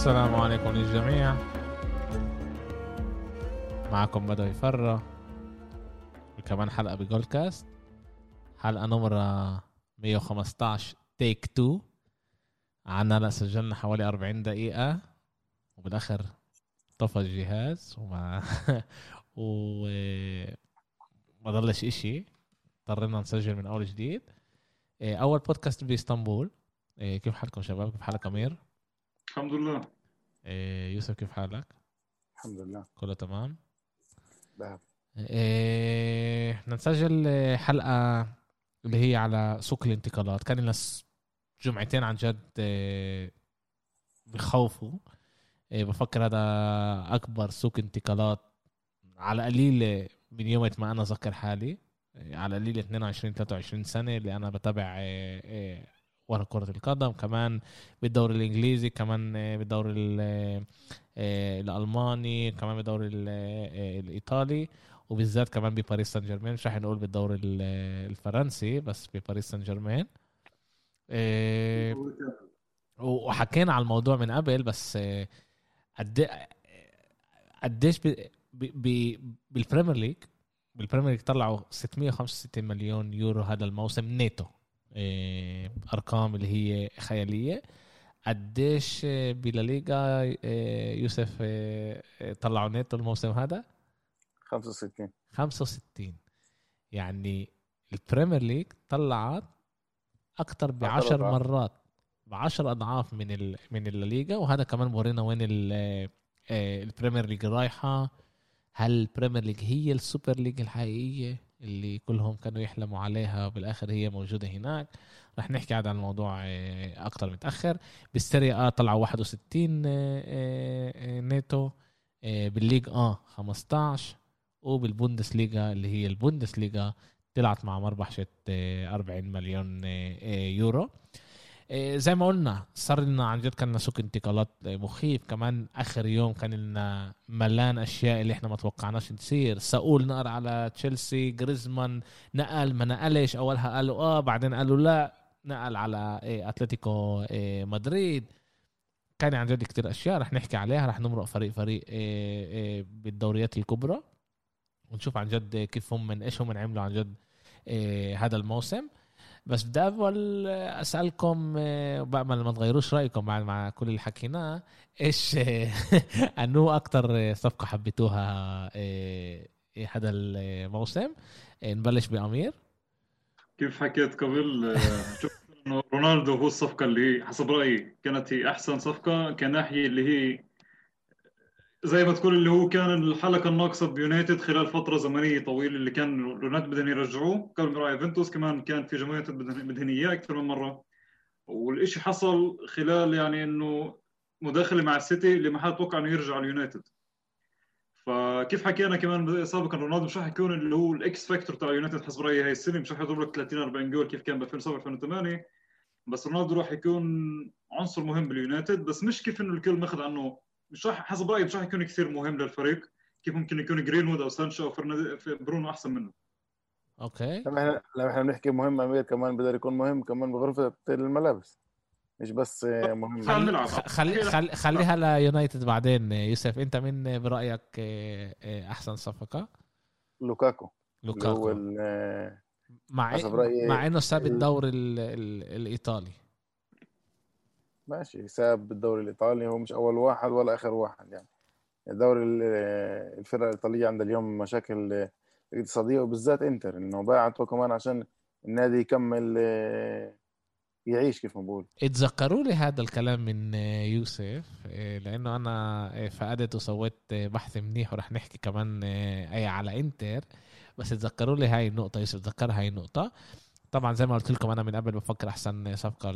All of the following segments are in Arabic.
السلام عليكم للجميع. معكم بدوي فرة وكمان حلقة بجول كاست، حلقة نمرة 115 تيك 2. عنا لا سجلنا حوالي 40 دقيقة وبالآخر طفى الجهاز وما وما ضلش إشي، اضطرينا نسجل من أول جديد. أول بودكاست بإسطنبول. كيف حالكم شباب؟ كيف حالك أمير؟ الحمد لله. يوسف كيف حالك؟ الحمد لله كله تمام. باب. نسجل حلقة اللي هي على سوق الانتقالات. كان لنا جمعتين عن جد بخوفوا. بفكر هذا أكبر سوق انتقالات على قليل من يوم ما أنا ذكر حالي، على قليل 22-23 سنة اللي أنا بتابع ورا كرة القدم، كمان بالدوري الإنجليزي، كمان بالدوري الألماني، كمان بالدوري الإيطالي، وبالذات كمان بباريس سان جيرمان. مش راح نقول بالدوري الفرنسي بس بباريس سان جيرمان. وحكينا على الموضوع من قبل، بس قديش بالبريمير ليج طلعوا 665 مليون يورو هذا الموسم نيتو. أرقام اللي هي خيالية. قديش بلا يوسف طلعوا نيتو الموسم هذا؟ 65. يعني البريمير ليج طلعت أكتر ب10 مرات، ب10 أضعاف من الليغا. وهذا كمان مورينا وين البريمير ليج رايحة. هل البريمير ليج هي السوبر ليج الحقيقية اللي كلهم كانوا يحلموا عليها بالآخر هي موجودة هناك؟ رح نحكي عن الموضوع أكتر متأخر. بالسيريا طلعوا 61 نيتو، بالليج 15، وبالبوندسليغا اللي هي البوندسليغا طلعت مع مربحشة 40 مليون يورو. زي ما قلنا صار لنا عن جد كان سوق انتقالات مخيف. كمان آخر يوم كان لنا ملان أشياء اللي احنا ما توقعناش تصير. ساول نقر على تشيلسي، غريزمان نقل ما نقلش، أولها قالوا بعدين قالوا لا، نقل على أتلتيكو مدريد. كان عن جد كتير أشياء رح نحكي عليها. رح نمرق فريق بالدوريات الكبرى ونشوف عن جد كيف هم من إيش هم عملوا عن جد هذا الموسم. بس بدي أول أسألكم وبأمل ما تغيروش رأيكم مع كل اللي حكيناه. إيش أنه أكتر صفقة حبيتوها هذا الموسم؟ نبلش بأمير. كيف حكيت قبل، شوف انه رونالدو هو الصفقة اللي حسب رأيي كانت هي احسن صفقة كناحية اللي هي زي ما تقول اللي هو كان الحلقة الناقصة بيونايتد خلال فترة زمنية طويلة اللي كان يونايتد بدهم يرجعوه. كان راعي يوفنتوس كمان كان في جماهير بدهم اياه اكثر من مرة، والإشي حصل خلال يعني انه مداخلة مع السيتي اللي ما حد توقع انه يرجع اليونايتد. فكيف حكينا كمان سابقا رونالدو مش راح يكون اللي هو الاكس فاكتور تاع اليونايتد حسب رايي هاي السنه، مش راح يضرب لك 30 40 جول كيف كان ب 2007 2008. بس رونالدو راح يكون عنصر مهم باليونايتد، بس مش كيف انه الكل ماخذ عنه. مش راح حسب رايي مش راح يكون كثير مهم للفريق. كيف ممكن يكون جرينوود او سانشو او برونو احسن منه. اوكي، لما احنا بنحكي مهم، امير كمان بده يكون مهم كمان بغرفة الملابس، مش بس مهم. خليها ليونايتد بعدين. يوسف انت من برأيك احسن صفقة؟ لوكاكو. اللي هو حسب رأيي مع انه ساب الدوري الايطالي. ماشي، ساب الدوري الايطالي، هو مش اول واحد ولا اخر واحد. يعني الدوري الفرق الايطالية عندها اليوم مشاكل اقتصادية، وبالذات انتر انه باعته كمان عشان النادي يكمل يعيش كيف ما بقول. اتذكروا لي هذا الكلام من يوسف لانه انا فقدت وسويت بحث منيح ورح نحكي كمان اي على انتر. بس اتذكروا لي هاي النقطة. يوسف ذكر هاي النقطة. طبعا زي ما قلت لكم انا من قبل بفكر احسن صفقة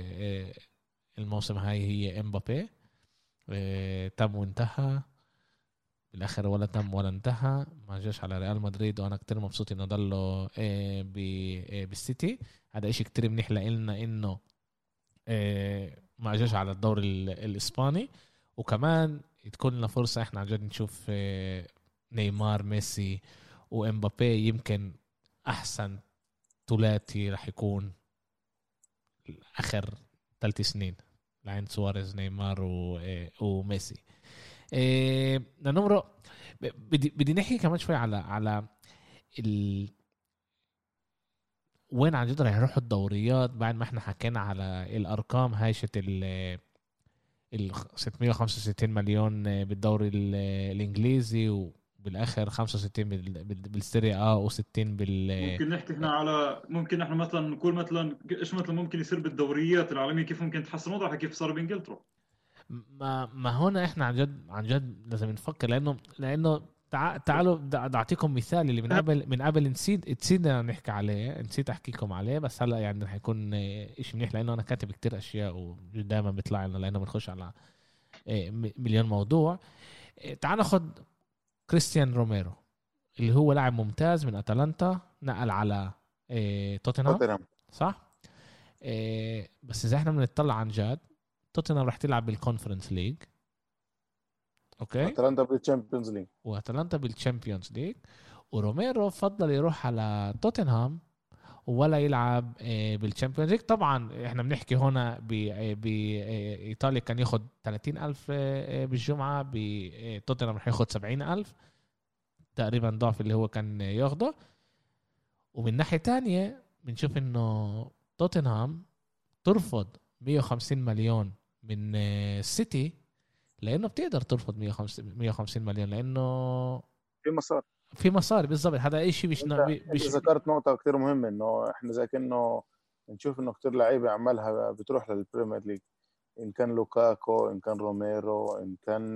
الموسم هاي هي امبابي. تم وانتهى بالاخر، ولا تم ولا انتهى، ما جاش على ريال مدريد. وانا كتير مبسوط انه ضله بالسيتي. هذا اشي كتير منيح لنا انه ما جاش على الدوري الاسباني. وكمان تكون لنا فرصة احنا عن جد نشوف نيمار ميسي وامبابي. يمكن احسن ثلاثي رح يكون اخر 3 سنين لعين سواريز نيمار وميسي. نمرو بدي نحكي كمان شوي على وين عن جد رح يروحوا الدوريات بعد ما احنا حكينا على الارقام هايشة ال 665 مليون بالدوري الانجليزي، وبالاخر 65 بالسيريا و60 ممكن نحكي هنا على، ممكن احنا مثلا نقول مثلا ايش مثلا ممكن يصير بالدوريات العالمية، كيف ممكن تحسن وضعها، كيف صار بانجلترا. ما هنا احنا عن جد لازم نفكر، لانه تعالوا بدي اعطيكم مثال اللي من قبل نسينا نحكي عليه، نسيت احكيكم عليه، بس هلا يعني رح يكون شيء منيح لانه انا كاتب كتير اشياء ودائما بيطلع لنا لانه بنخش على مليون موضوع. تعال ناخذ كريستيان روميرو اللي هو لاعب ممتاز من اتلانتا، نقل على توتنهام صح. بس اذا احنا بنطلع عن جد توتنهام رح تلعب بالكونفرنس ليج، اوكي، اتلانتا بالتشامبيونز ليج، واتلانتا بالتشامبيونز ليج، وروميرو فضل يروح على توتنهام ولا يلعب بالتشامبيونز ليج. طبعا احنا بنحكي هنا بإيطاليا كان ياخد 30,000 بالجمعة، بتوتنهام رح ياخد 70,000 تقريبا، ضعف اللي هو كان ياخده. ومن ناحية تانية بنشوف انه توتنهام ترفض 150 مليون من السيتي، لانه بتقدر ترفض 150 مليون لانه في مصاري بالضبط. هذا اي شيء مش ذكرت نقطة كتير مهمة، انه احنا زي كأنه نشوف انه كتير لعيبة عملها بتروح للبريمير ليج، ان كان لوكاكو، ان كان روميرو، ان كان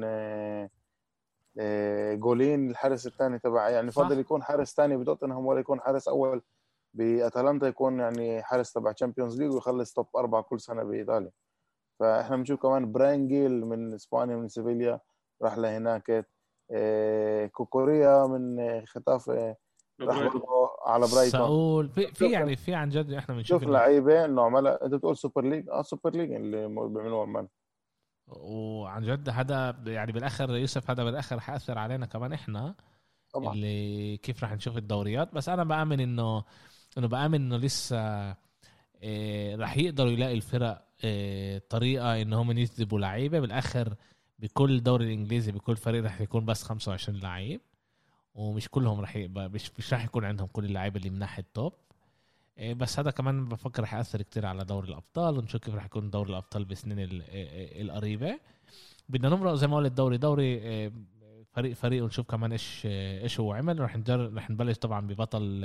جولين الحارس الثاني تبع، يعني فضل يكون حارس ثاني بتوتنهام ولا يكون حارس اول بأتلانتا، يكون يعني حارس تبع تشامبيونز ليج ويخلص توب 4 كل سنة بإيطاليا. فاحنا بنشوف كمان براين من اسبانيا من سيفيليا راح لهناك، كوكوريا من خطاف راح على برايتون. ساول في يعني في عن جد احنا بنشوف لعيبه انه عملها. انت بتقول سوبر ليج، سوبر ليج اللي بيعملوها عمان، وعن جد هذا يعني بالاخر يوسف هذا بالاخر حيأثر علينا كمان احنا طبعا. اللي كيف راح نشوف الدوريات. بس انا بآمن انه لسه راح يقدروا يلاقي الفرق طريقة انهم يجذبوا لعيبة. بالاخر بكل دوري الانجليزي بكل فريق راح يكون بس 25 لعيب، ومش كلهم راح مش راح يكون عندهم كل اللعيبة اللي من ناحية توب. بس هذا كمان بفكر راح يأثر كتير على دوري الابطال، ونشوف كيف راح يكون دوري الابطال بالسنين القريبة. بدنا نمرق زي ما قلت دوري فريق ونشوف كمان ايش هو عمل. راح نبلش طبعا ببطل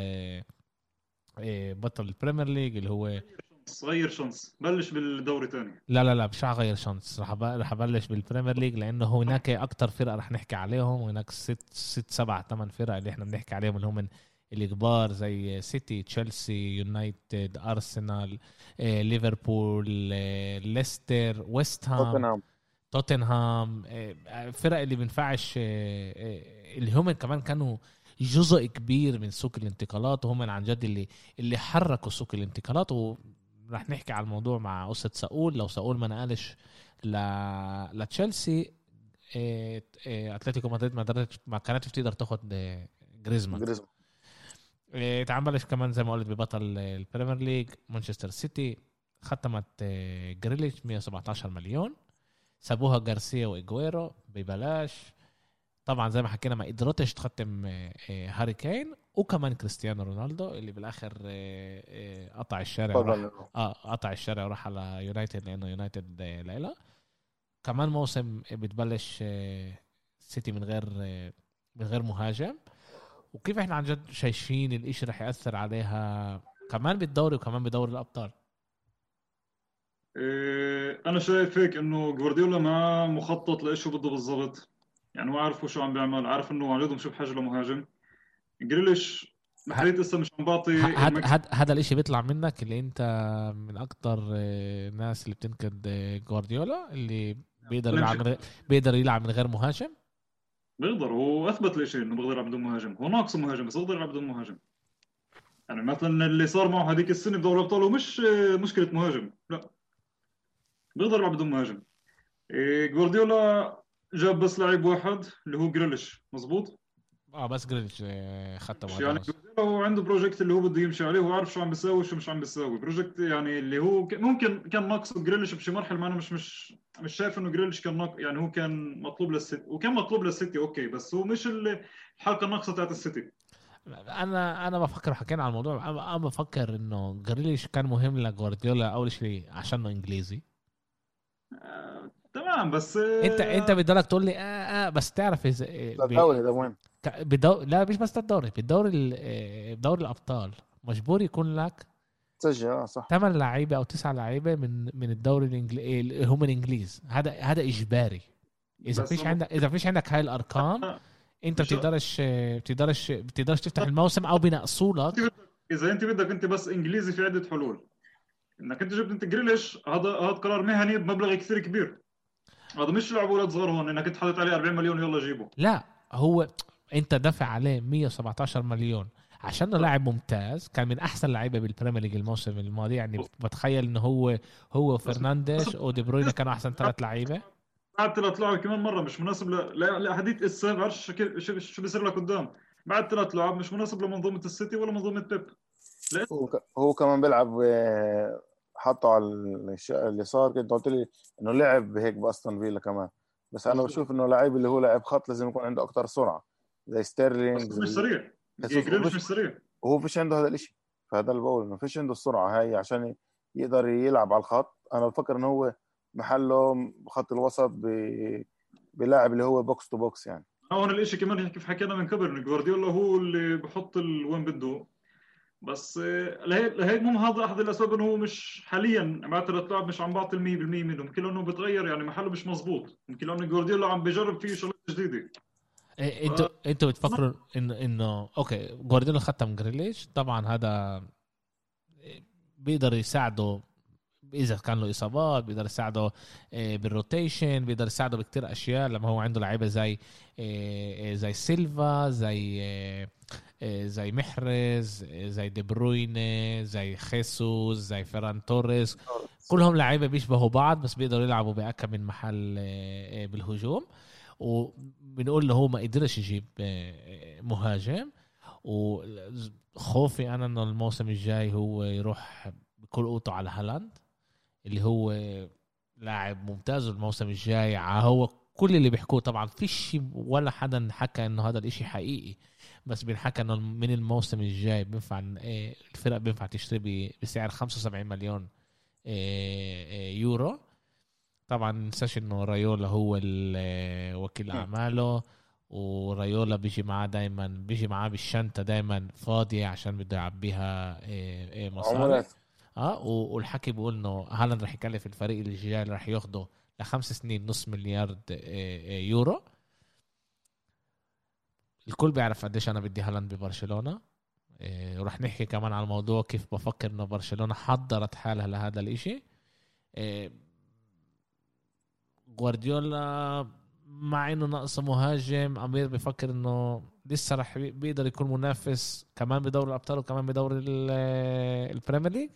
بطل البريمير ليج اللي هو غير شانس، بلش بالدوري تاني. لا مش غير شانس، راح ابلش بالبريمير ليج، لانه هناك اكتر فرق راح نحكي عليهم، هناك 6 7 8 فرق اللي احنا بنحكي عليهم اللي هم الكبار زي سيتي، تشيلسي، يونايتد، ارسنال، ليفربول، ليستر، ويست هام، توتنهام. فرق اللي بنفعش اللي هم كمان كانوا جزء كبير من سوق الانتقالات، وهم عن جد اللي حركوا سوق الانتقالات. ورح نحكي على الموضوع مع قصة ساول. لو ساول ما نقلش لتشيلسي، اتلتيكو مدريد ما كانتش بتقدر تاخد جريزمان. تعال بلش كمان زي ما قلت ببطل البريمير ليج. مانشستر سيتي ختمت جريليش 117 مليون، سابوها غارسيا وايغويرو ببلاش. طبعا زي ما حكينا ما قدرتش تختم هاري كين وكمان كريستيانو رونالدو اللي بالاخر قطع الشارع قطع الشارع وراح على يونايتد، لانه يونايتد ليلى كمان موسم بتبلش سيتي من غير مهاجم. وكيف احنا عن جد شايفين الاشي رح يأثر عليها كمان بالدوري وكمان بدوري الابطال؟ انا شايف هيك انه جوارديولا ما مخطط لايش بده بالضبط، يعني ما عارف شو عم بيعمل. عارف انه عن جد مش بحاجه لمهاجم. جريليش محليت لسه مش عم بعطي هذا الاشي بيطلع منك اللي انت من اكتر الناس اللي بتنكد جوارديولا اللي بيقدر يلعب من غير مهاجم. بيقدر، هو اثبت لي شيء انه بيقدر يلعب بدون مهاجم. هو ناقصه مهاجم بس بيقدر يلعب بدون مهاجم. يعني مثلا اللي صار معه هذيك السنه بدوري الابطال ومش مشكله مهاجم، لا بيقدر يلعب بدون مهاجم. جوارديولا جاب بس لاعب واحد اللي هو جريليش، مزبوط. بس جريليش ختم يعني جوارديولا هو عنده بروجكت اللي هو بده يمشي عليه، وعارف شو عم بيساوي وشو مش عم بيساوي. بروجكت يعني اللي هو ممكن كان ناقصه جريليش بشي مرحله، ما انا مش شايف انه جريليش كان يعني هو كان مطلوب للسيتي، وكان مطلوب للسيتي اوكي، بس هو مش الحلقه الناقصه تاعت السيتي. انا بفكر، حكينا على الموضوع، انا بفكر انه جريليش كان مهم لجوارديولا اول شيء عشانه انجليزي. تمام، بس انت بدك تقول لي بس تعرف الدوري ده مهم. لا مش بس الدوري، بدوري الابطال مجبور يكون لك تسجل صح 8 لعيبه او 9 لعيبه من الدوري الانجليزي هم الانجليز. هذا اجباري. اذا فيش عندك هاي الارقام انت بتقدرش تفتح الموسم او بنقصوا لك. اذا انت بدك انت بس انجليزي، في عده حلول. انك انت جبت انت جريليش، هذا قرار مهني بمبلغ كثير كبير. هذا مش لعب ولد صغار هون انك انت حاطط عليه 40 مليون يلا جيبه. لا، هو انت دافع عليه 117 مليون عشان لاعب ممتاز، كان من احسن لعيبه بالبريمير ليج الموسم الماضي. يعني بتخيل انه هو فرنانديز ودي بروين كانوا احسن 3 لعيبه. بعد 3 لعب كمان مره مش مناسب لاحاديث اسا، بعرفش شو بيصير لك قدام. بعد 3 لعب مش مناسب لمنظومه السيتي ولا منظومه بيب. هو كمان بيلعب حطه على اليسار كده. قلت لي انه لعب هيك باستون فيلا كمان، بس انا بشوف انه لعيب اللي هو لاعب خط لازم يكون عنده اكتر سرعه زي ستيرلينج. مش سريع، جريليش مش سريع، وهو فيش عنده هذا الاشي. فهذا اللي بقول انه فيش عنده السرعه هاي عشان يقدر يلعب على الخط. انا بفكر انه هو محله بخط الوسط بلاعب اللي هو بوكس تو بوكس يعني. هون الاشي كمان كيف حكينا من قبل ان جوارديولا هو اللي بحط وين بده. بس لهيك مو هذا احد الاسباب انه هو مش حاليا بعد 3 لعب مش عم بعطي 100% منهم. يمكن انه بتغير، يعني محله مش مزبوط. يمكن لانه جوارديولا عم بجرب فيه شغلات جديده. انتوا بتفكروا انه اوكي جوارديولا ختم جريليش، طبعا هذا بيقدر يساعده اذا كان له اصابات، بيقدر يساعده بالروتيشن، بيقدر يساعده بكتير اشياء لما هو عنده لعيبه زي سيلفا، زي محرز، زي دي بروين، زي خيسوس، زي فيران توريس. كلهم لعيبه بيشبهوا بعض بس بيقدروا يلعبوا باكثر من محل بالهجوم. وبنقول له هو ما قدرش يجيب مهاجم، وخوفي انا انه الموسم الجاي هو يروح بكل قوته على هالاند اللي هو لاعب ممتاز. الموسم الجاي هو كل اللي بيحكوه، طبعا فيش ولا حدا حكى انه هذا الاشي حقيقي، بس بنحكى انه من الموسم الجاي بينفع الفرق بينفع تشتري بسعر 75 مليون يورو. طبعا ننساش انه رايولا هو وكيل اعماله، ورايولا بيجي معاه بالشنطه دايما فاضيه عشان بده يعبيها مصاري. والحكي بيقول انه هالاند رح يكلف الفريق اللي جاي رح ياخده ل5 سنين نص مليار يورو. الكل بيعرف قديش انا بدي هالاند ببرشلونه. ورح نحكي كمان على الموضوع كيف بفكر انه برشلونه حضرت حالها لهذا الاشي. جوارديولا مع انه ناقص مهاجم، امير بفكر انه لسه رح بيقدر يكون منافس كمان بدور الابطال وكمان بدور البريمير ليج.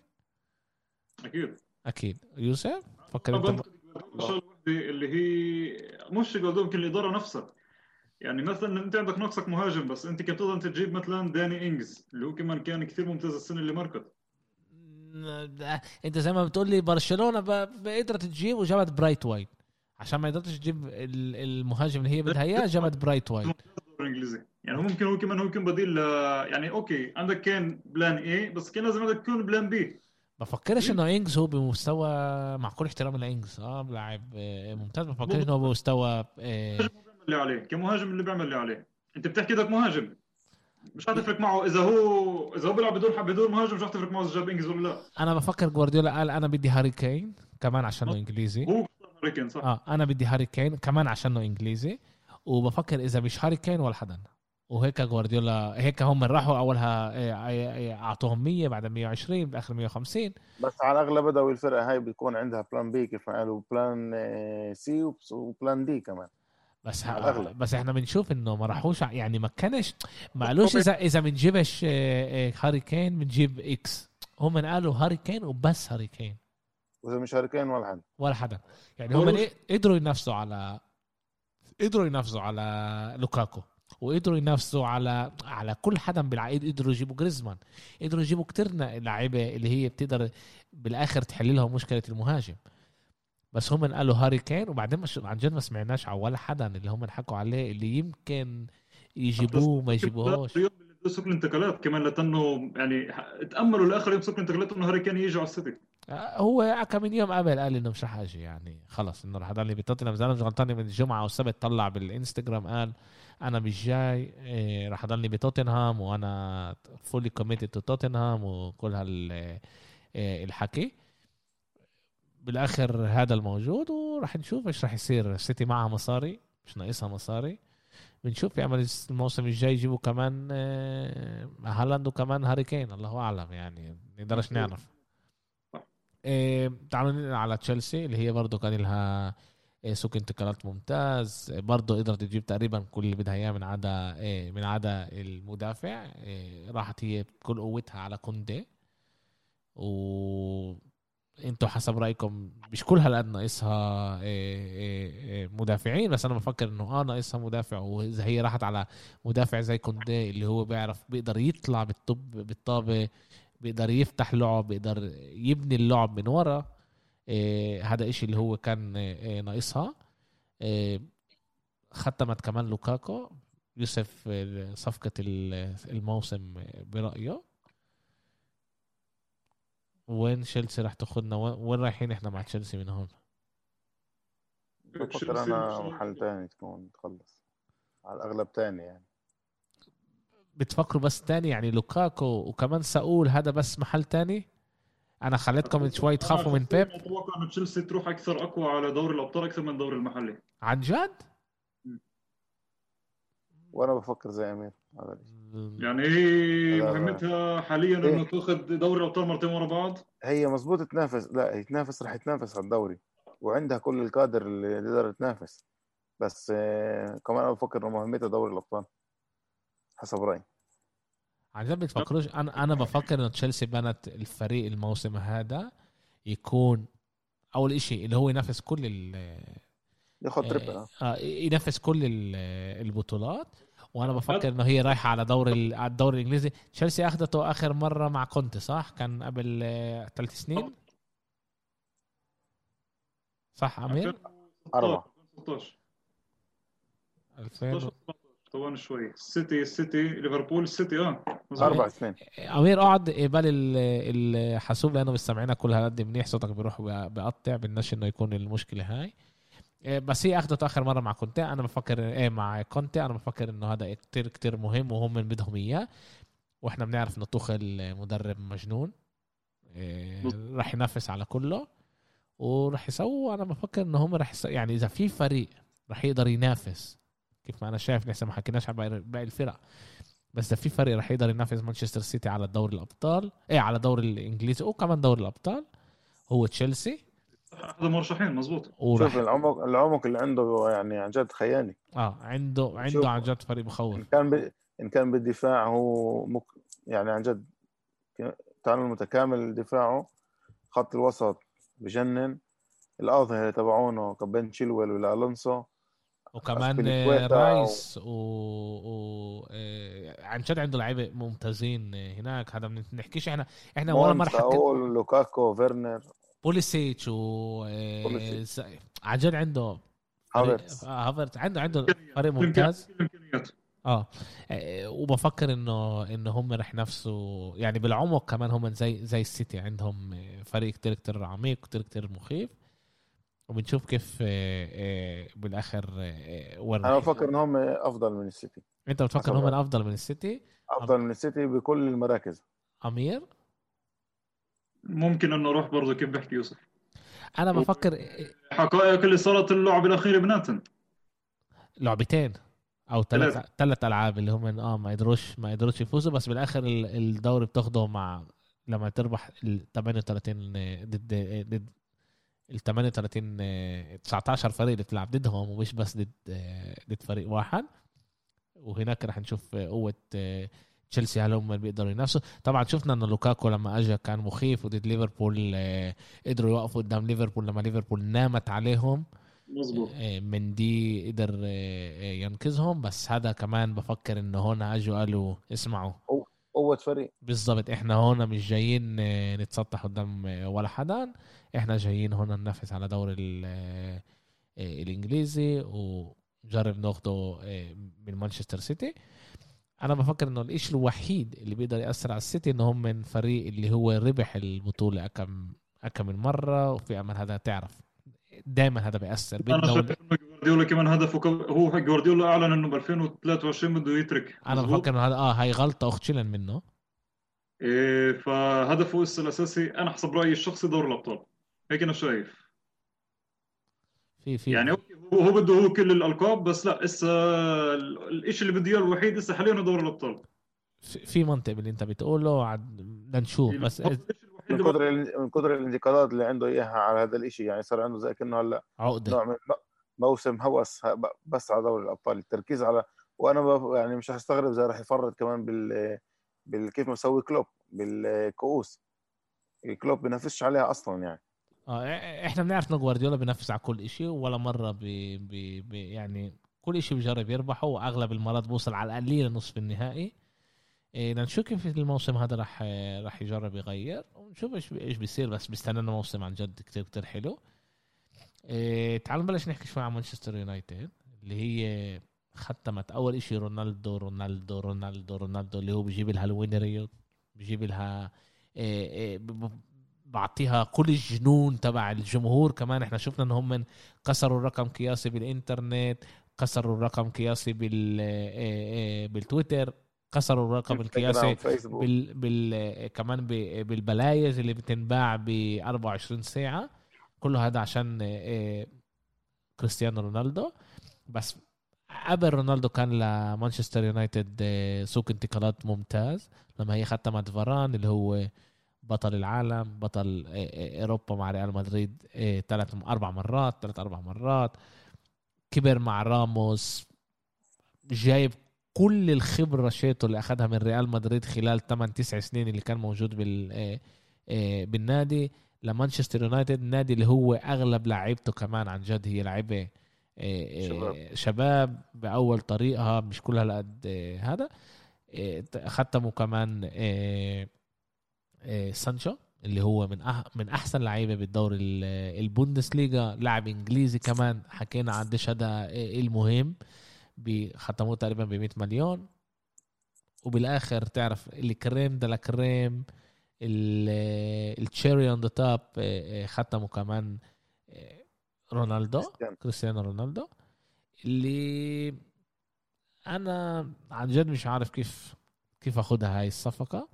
اكيد يوسف فكر انت اللي هي مش جوارديولا، يمكن الاداره نفسها. يعني مثلا انت عندك ناقصك مهاجم، بس انت كنت تقدر تجيب مثلا داني انجز اللي هو كمان كان كثير ممتاز السنه اللي مركت. انت زي ما بتقول لي برشلونه بقدرت تجيب وجابت برايت وايت عشان ما يقدرش تجيب المهاجم اللي هي بدها اياه، جابت برايت وايت بالانجليزي. يعني ممكن هو كمان بديل يعني اوكي عندك كان بلان اي، بس كان لازم عندك يكون بلان بي. بفكرش انه انجز هو بمستوى، مع كل احترام لانجز لاعب ممتاز، بفكرش انه هو بمستوى اللي عليه كمهاجم اللي بيعمل اللي عليه. انت بتحكي لك مهاجم مش هتفرق معه اذا هو بيلعب بدون مهاجم، مش هتفرق معه اذا جاب انجز ولا لا. انا بفكر جوارديولا قال انا بدي هاري كين كمان عشانه انجليزي. هو هاري كين صح. انا بدي هاري كين كمان عشانه انجليزي، وبفكر اذا مش هاري كين ولا حدا. وهيك جوارديولا هيك هم راحوا اولها اعطوهم 100 بعد 120 باخر 150. بس على الاغلب بدأوا الفرقه هاي بتكون عندها بلان بي كيف ما قالوا، بلان سي وبلان دي كمان. بس احنا بنشوف انه ما راحوش، يعني ما كانش ما قالوش اذا بنجيبش هاري كين بنجيب اكس. هم قالوا هاري كين وبس هاري كين، واذا مش هاري كين ولا حدا. يعني هم قدروا ينافسوا على لوكاكو. وقدروا ينافسوا على كل حدا بالعقيد. قدروا يجيبوا جريزمان، قدروا يجيبوا كتير لاعيبه اللي هي بتقدر بالاخر تحل لهم مشكله المهاجم. بس هم قالوا هاري كين، وبعدين مش عن جد ما سمعناش على ولا حدا اللي هم حكوا عليه اللي يمكن يجيبوه ما يجيبوهوش. سوق الانتقالات كمان لانه يعني تاملوا لاخر يوم سوق الانتقالات انه هاري كين يجي على السيتي. هو كم من يوم قبل قال انه مش رح اجي، يعني خلص انه رح اضلني بتوتنهام. زي ما غلطاني من الجمعه والسبت طلع بالانستغرام قال انا مش جاي، رح اضلني بتوتنهام وانا فولي كوميتد تو توتنهام وكل الحكي. بالاخر هذا الموجود، وراح نشوف ايش راح يصير. السيتي معها مصاري، مش ناقصها مصاري. بنشوف يعمل الموسم الجاي يجيبوا كمان هالاند وكمان هاري كين، الله اعلم يعني نقدرش نعرف. تعالوا ننقل على تشيلسي اللي هي برضو كان لها سوق انتقالات ممتاز. برضو قدرت تجيب تقريبا كل اللي بدها اياه من عدا المدافع. راحت هي بكل قوتها على كوندي. وانتوا حسب رايكم مش كل هالقد ناقصها مدافعين، بس انا بفكر انه ناقصها مدافع. واذا هي راحت على مدافع زي كوندي اللي هو بيقدر يطلع بالطابه، بيقدر يفتح لعب، بيقدر يبني اللعب من ورا، هذا إشي اللي هو كان ناقصها. ختمت كمان لوكاكو. يوسف، صفقة الموسم برأيه وين تشيلسي راح تاخدنا؟ وين رايحين احنا مع تشيلسي من هون؟ بفكر انا محل تاني تكون تخلص على الاغلب تاني. يعني بتفكروا بس تاني يعني لوكاكو وكمان ساول هذا بس محل تاني؟ انا خليتكم شوي تخافوا من بيب. اتوقع ان تشيلسي تروح اكثر اقوى على دوري الابطال اكثر من دوري المحلي. عن جد؟ وانا بفكر زي امير يعني هي مهمتها حاليا انه تاخذ دوري الابطال مرتين ورا بعض. هي مزبوط تنافس، لا هي تنافس، رح تنافس على الدوري وعندها كل الكادر اللي تقدر تنافس. بس كمان انا بفكر انه مهمتها دوري الابطال حسب رايي. عن جد بتفكروش؟ انا بفكر انه تشيلسي بنت الفريق الموسم هذا يكون اول اشي اللي هو ينافس كل ياخد تريبل ينافس كل البطولات. وانا بفكر انه هي رايحه على الدوري الانجليزي. تشيلسي اخذته اخر مره مع كونتي صح؟ كان قبل 3 سنين صح امير؟ 4 2016 طبعا شوي. السيتي ليفربول السيتي 4 سنين. امير اقعد قبال الحاسوب لانه بيستمعنا كل هالقد منيح، صوتك بيروح بقطع، بدناش انه يكون المشكله هاي. بس هي اخذته اخر مره مع كونتي. انا بفكر مع كونتي، انا بفكر انه هذا كتير كتير مهم وهم من بدهم اياه. واحنا بنعرف انه توخل مدرب مجنون، راح ينافس على كله وراح يسووا. انا بفكر انه هم راح يعني اذا في فريق راح يقدر ينافس كيف ما انا شايف، لسه ما حكيناش على باقي الفرق، بس ده في فريق راح يقدر ينافس مانشستر سيتي على دوري الابطال، على دوري الانجليزي وكمان دوري الابطال، هو تشيلسي. هذا مرشحين مظبوط. شوف العمق اللي عنده يعني عن جد خيالي. عنده عن جد فريق بخوف. ان كان بالدفاع هو يعني عن جد تعامل متكامل. دفاعه خط الوسط بجنن، الاظهره تبعونه كبن تشيلويل ولا الونسو وكمان رايس عن جد عنده لعيبه ممتازين هناك. هذا بنحكيش احنا ولا مره حكينا لوكاكو فيرنر بوليسيتش عن جد عنده هافرت عنده فريق ممتاز. وبفكر انه هم رح نفسه يعني بالعمق كمان. هم زي السيتي عندهم فريق كتير كتير عميق كتير كتير مخيف، وبنشوف كيف بالاخر انا بفكر ان هم افضل من السيتي. انت بتفكر ان هم افضل من السيتي؟ افضل من السيتي بكل المراكز. امير ممكن انه اروح برضه كيف بحكي يوسف. انا بفكر حقائق اللي صارت اللعب الاخيره بناتن لعبتين او 3 العاب اللي هم ما يقدروش يفوزوا، بس بالاخر الدوري بتاخده مع لما تربح ال 38 ضد ال 38 19 فريق اللي بتلعب ضدهم، ومش بس ضد فريق واحد. وهناك رح نشوف قوة تشيلسي هل هم بيقدروا ينافسوا. طبعا شفنا ان لوكاكو لما اجى كان مخيف، وضد ليفربول قدروا يوقفوا قدام ليفربول لما ليفربول نامت عليهم مظبوط. من دي قدر ينقذهم. بس هذا كمان بفكر انه هنا اجوا قالوا اسمعوا قوة فريق. بالضبط، احنا هنا مش جايين نتسطح قدام ولا حدا، احنا جايين هنا ننافس على دوري الانجليزي وجرب ناخده من مانشستر سيتي. انا بفكر انه الاشي الوحيد اللي بيقدر يأثر على السيتي انه هم من فريق اللي هو ربح البطولة أكم من مرة، وفي امل هذا تعرف دائما هذا بيأثر. انا شايف انه جوارديولا كمان هدفه هو جوارديولا اعلن انه ب 2023 بده يترك. انا بفكر انه هذا هاي غلطة اختشلن منه. فهدفه الاساسي انا حسب رايي الشخصي دوري الابطال، هيك انا شايف. في يعني هو بده هو كل الالقاب، بس لا اسا الشيء اللي بده اياه الوحيد اسا حاليا دوري الابطال. في منطق باللي انت بتقوله بدنا نشوف. بس من كثر الانتقادات اللي عنده اياها على هذا الاشي، يعني صار عنده زي كأنه هلا عقدة، نوع من موسم هوس بس على دوري الابطال، التركيز على. وانا يعني مش هستغرب اذا راح يفرط كمان كيف مسوي كلوب بالكؤوس. الكلوب بينافسش عليها اصلا يعني. احنا بنعرف انه جوارديولا بينافس على كل إشي، ولا مرة يعني كل إشي بيجرب يربحه، واغلب المرات بوصل على القليل لنصف النهائي. نشوف كيف الموسم هذا راح يجرب يغير ونشوف ايش بيصير. بس بيستنى موسم عن جد كتير كتير حلو. تعالوا نبلش نحكي شوي عن مانشستر يونايتد اللي هي ختمت اول إشي رونالدو رونالدو رونالدو رونالدو، اللي هو بيجيب لها الوينريوت، بيجيب لها بعطيها كل الجنون تبع الجمهور. كمان احنا شفنا ان هم كسروا الرقم قياسي بالانترنت، كسروا الرقم قياسي بالتويتر، كسروا الرقم القياسي كمان بالبلايز اللي بتنباع ب 24 ساعة. كله هذا عشان كريستيانو رونالدو. بس قبل رونالدو كان لمانشستر يونايتد سوق انتقالات ممتاز لما هي ختمت فاران اللي هو بطل العالم، بطل اوروبا مع ريال مدريد 3-4 مرات، كبر مع راموس، جايب كل الخبرة شيته اللي أخذها من ريال مدريد خلال 8-9 سنين اللي كان موجود بالنادي لمانشستر يونايتد، النادي اللي هو أغلب لاعيبته كمان عن جد هي لاعيبة شباب بأول طريقها، مش كلها لقد هذا. ختموا كمان سانشو اللي هو من أحسن لعيبة بالدوري البوندسليغا، لاعب إنجليزي كمان. حكينا عن قديش هذا المهم، ختموه تقريبا ب 100 مليون. وبالاخر تعرف الكريم ده الكريم التشيري اون ذا توب ختموا كمان كريستيانو رونالدو اللي انا عن جد مش عارف كيف اخدها هاي الصفقة.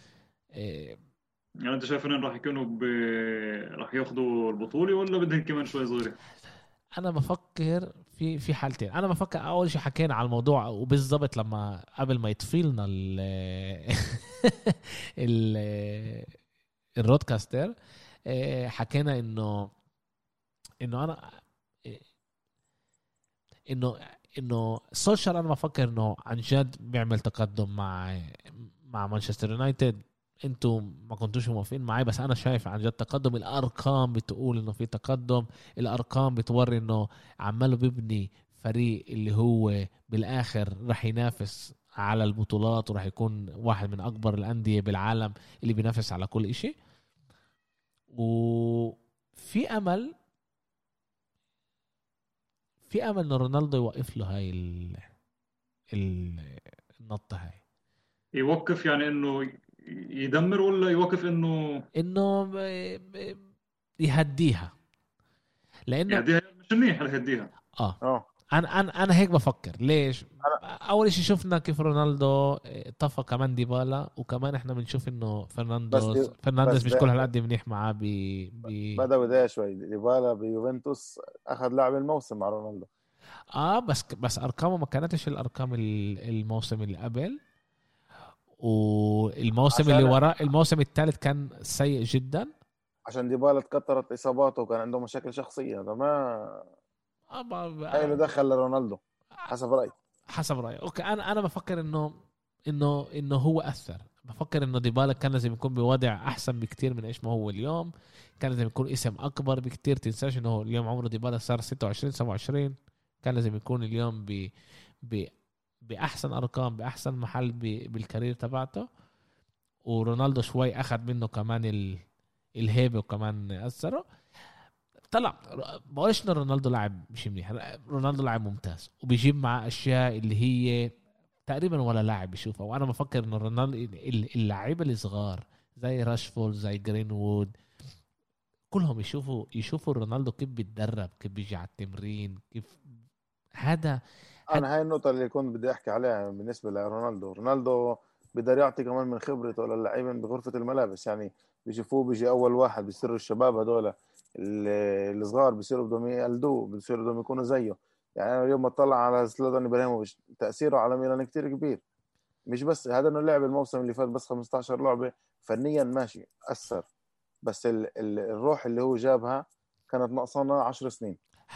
يعني انت شايف انهم راح يكونوا راح ياخذوا البطولة ولا بدهم كمان شوي صغيرة؟ انا بفكر في حالتين. انا بفكر اول شيء حكينا على الموضوع وبالضبط لما قبل ما يطفيلنا الرودكاستر حكينا انه انا انه سولشر انا بفكر انه عن جد بيعمل تقدم مع مانشستر يونايتد. انتم ما كنتوش موافقين معي، بس انا شايف عن جد تقدم. الارقام بتقول انه في تقدم، الارقام بتوري انه عماله بيبني فريق اللي هو بالاخر رح ينافس على البطولات ورح يكون واحد من اكبر الانديه بالعالم اللي بينافس على كل إشي. وفي امل ان رونالدو يوقف له هاي النطه هاي. يوقف يعني انه يدمر ولا يوقف انه يهديها؟ لانه يهديها مش منيح يهديها. انا هيك بفكر. ليش؟ اول شيء شفنا كيف رونالدو طفى كمان ديبالا، وكمان احنا بنشوف انه فرنانديز مش كل هالقد منيح معاه بدا بدايه شوي. ديبالا بيوفنتوس اخذ لاعب الموسم مع رونالدو. بس ارقامه ما كانتش الارقام الموسم اللي قبل، والموسم اللي وراء الموسم الثالث كان سيء جدا عشان ديبالا تكترت اصاباته وكان عنده مشاكل شخصيه. ده ما هاي اللي دخل لرونالدو حسب رايي. اوكي، انا بفكر انه هو اثر. بفكر انه ديبالا كان لازم يكون بوضع احسن بكتير من ايش ما هو اليوم. كان لازم يكون اسم اكبر بكتير. تنساش انه اليوم عمره ديبالا صار 26 27. كان لازم يكون اليوم ب... باحسن ارقام باحسن محل بالكارير تبعته. ورونالدو شوي اخذ منه كمان الهيبه وكمان اثره. طلع بقولش انه رونالدو لاعب مش منيح. رونالدو لاعب ممتاز وبيجيب مع اشياء اللي هي تقريبا ولا لاعب بيشوفها. وانا بفكر انه رونالدو اللاعيبه الصغار زي راشفورد زي جرينوود كلهم يشوفوا رونالدو كيف بيتدرب كيف بيجي على التمرين كيف هذا. انا هاي النقطه اللي كنت بدي احكي عليها بالنسبه رونالدو بيقدر يعطي كمان من خبرته للاعبين بغرفه الملابس. يعني بيشوفوه بيجي اول واحد، بيصيروا الشباب هذول الصغار بيصيروا بدهم يقلدوه، بيصيروا بدهم يكونوا زيه. يعني انا اليوم بطلع على زلاتان ابراهيموفيتش، تاثيره على ميلان كتير كبير. مش بس هذا انه لعب الموسم اللي فات بس 15 لعبه، فنيا ماشي اثر، بس الروح اللي هو جابها كانت ناقصانا 10 سنين.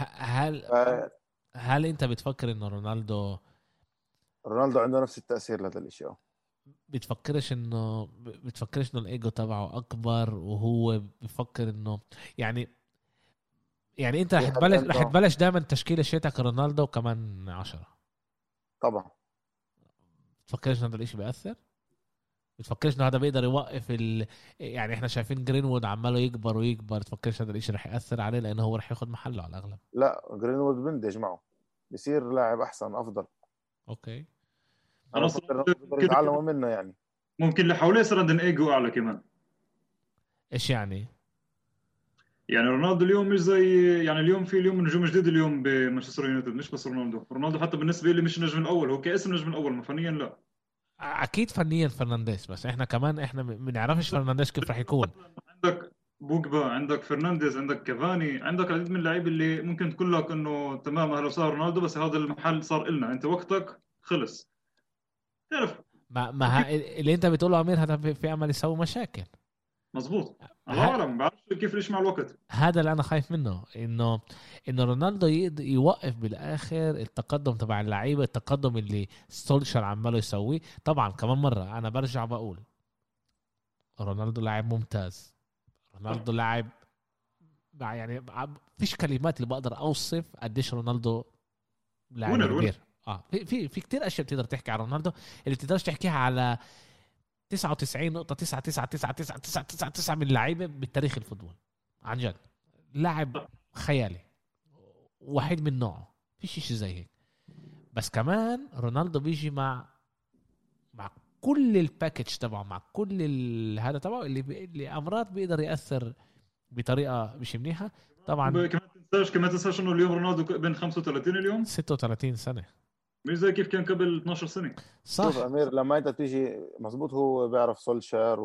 هل انت بتفكر انه رونالدو عنده نفس التاثير لهذا الشيء؟ بتفكرش انه الايجو تبعه اكبر وهو بفكر انه يعني انت رح تبلش دائما تشكيله شيتك رونالدو كمان 10 طبعا. بتفكرش انه هذا الاشي بيأثر؟ بتفكرش انه هذا بيقدر يوقف يعني احنا شايفين جرينوود عماله يكبر ويكبر، تفكرش هذا الاشي رح يأثر عليه لانه هو رح ياخد محله على الاغلب؟ لا، جرينوود بندج معه بيصير لاعب احسن افضل. اوكي. انا بقدر يتعلموا منه. يعني ممكن اللي حواليه صار عندهم ايجو اعلى كمان. ايش يعني رونالدو اليوم مش زي اليوم في نجوم جديد اليوم بمانشستر يونايتد، مش بس رونالدو حتى بالنسبه لي مش النجم الاول، هو كاسم النجم الاول ما فنيا لا. اكيد فنيا فرنانديز، بس احنا كمان ما بنعرفش فرنانديز كيف رح يكون. عندك بوجبا، عندك فرنانديز، عندك كافاني، عندك العديد من اللعيبه اللي ممكن تقول لك انه تمام اهلا وسهلا رونالدو، بس هذا المحل صار إلنا، انت وقتك خلص. تعرف اللي انت بتقوله امير هذا في امل يسوي مشاكل. مظبوط. الله اعلم، بعرفش كيف ليش مع الوقت. هذا اللي انا خايف منه، انه رونالدو يوقف بالاخر التقدم تبع اللعيبه، التقدم اللي سولشر عماله يسويه. طبعا كمان مره انا برجع بقول رونالدو لاعب ممتاز، رونالدو لاعب يعني فيش كلمات اللي بقدر اوصف قديش رونالدو لاعب كبير. في كتير اشياء بتقدر تحكي على رونالدو اللي بتقدرش تحكيها على 99.9999999 من اللعيبه بالتاريخ الفوتبول. عن جد لاعب خيالي وحيد من نوعه، فيش شيء زي هيك. بس كمان رونالدو بيجي مع كل الباكج تبعه، مع كل هذا تبعه اللي امراض بيقدر ياثر بطريقه مش منيحه. طبعا كمان تنساش انه اليوم رونالدو بين 35 اليوم 36 سنه، مش زي كيف كان قبل 12 سنه. صح. شوف امير، لما انت تيجي مزبوط هو بيعرف سولشار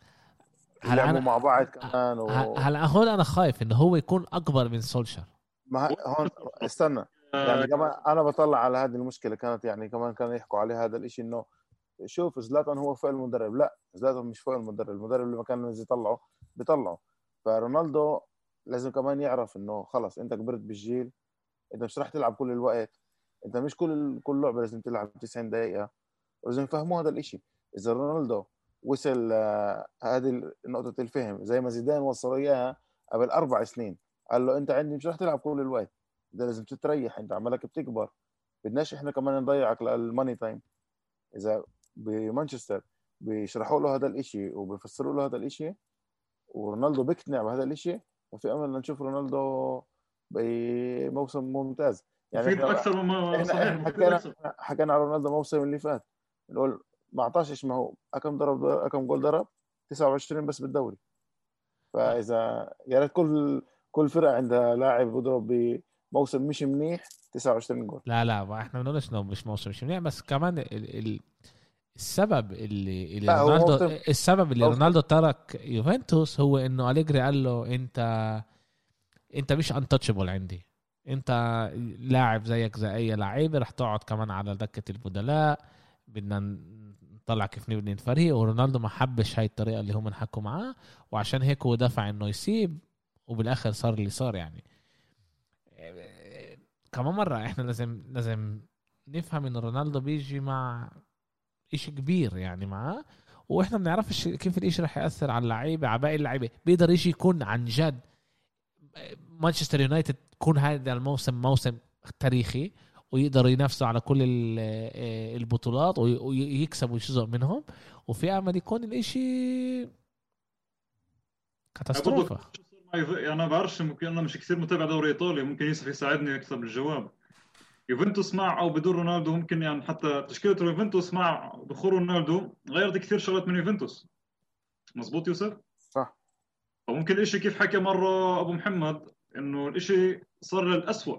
هلا مع بعض كمان هلا هون انا خايف انه هو يكون اكبر من سولشار. هون استنى، يعني كمان انا بطلع على هذه المشكله كانت، يعني كمان كانوا يحكوا عليه هذا الاشي انه شوف زلاتان هو فوق المدرب. لا، زلاتان مش فوق المدرب اللي ما كان يطلعه بيطلعه. فرونالدو لازم كمان يعرف انه خلص انت كبرت بالجيل، انت مش راح تلعب كل الوقت، انت مش كل لعبه لازم تلعب 90 دقيقه. ولازم يفهموا هذا الاشي. اذا رونالدو وصل هذه نقطه الفهم زي ما زيدان وصل اياها قبل 4 سنين، قال له انت عندي مش راح تلعب كل الوقت، ده لازم تتريح، انت عمالك بتكبر، بدناش احنا كمان نضيعك للماني تايم. اذا بمانشستر بيشرحوا له هذا الاشي وبيفسروا له هذا الاشي ورونالدو بيقتنع بهذا الاشي، وفي امل نشوف رونالدو بموسم ممتاز. يعني اكثر مما صحيح. حكينا على رونالدو الموسم اللي فات، نقول ما اعطاش ايش ما هو، كم جول ضرب 29 بس بالدوري. فاذا يا ريت كل فرقه عندها لاعب بيضرب بموسم مش منيح 29 جول. لا احنا بنقولش انه مش موسم مش منيح، بس كمان السبب اللي رونالدو ترك يوفنتوس هو انه أليجري قال له انت مش انتشبل عندي، انت لاعب زيك زي اي لاعب، رح تقعد كمان على دكة البدلاء، بدنا نطلع كيف نبني الفريق. ورونالدو ما حبش هاي الطريقة اللي هم حكوا معاه، وعشان هيك هو دفع انه يسيب، وبالاخر صار اللي صار. يعني كمان مرة احنا لازم نفهم ان رونالدو بيجي مع إشي كبير يعني معاه، واحنا ما بنعرفش كيف الاشي رح ياثر على اللعيبه، على باقي اللعيبه. بيقدر يجي يكون عن جد مانشستر يونايتد تكون هذا الموسم موسم تاريخي ويقدروا ينافسوا على كل البطولات ويكسبوا جزء منهم، وفي امل يكون الاشي كاتاستروفا. انا بعرفش، ممكن انا مش كثير متابع دوري ايطالي، ممكن يوسف يساعدني اكثر بالجواب. يوفنتوس مع او بدون رونالدو، ممكن يعني حتى تشكيله يوفنتوس مع دخول رونالدو غيرت كثير شغلات من يوفنتوس. مزبوط يوسف؟ صح. وممكن الاشي كيف حكى مره ابو محمد انه الاشي صار للأسوأ.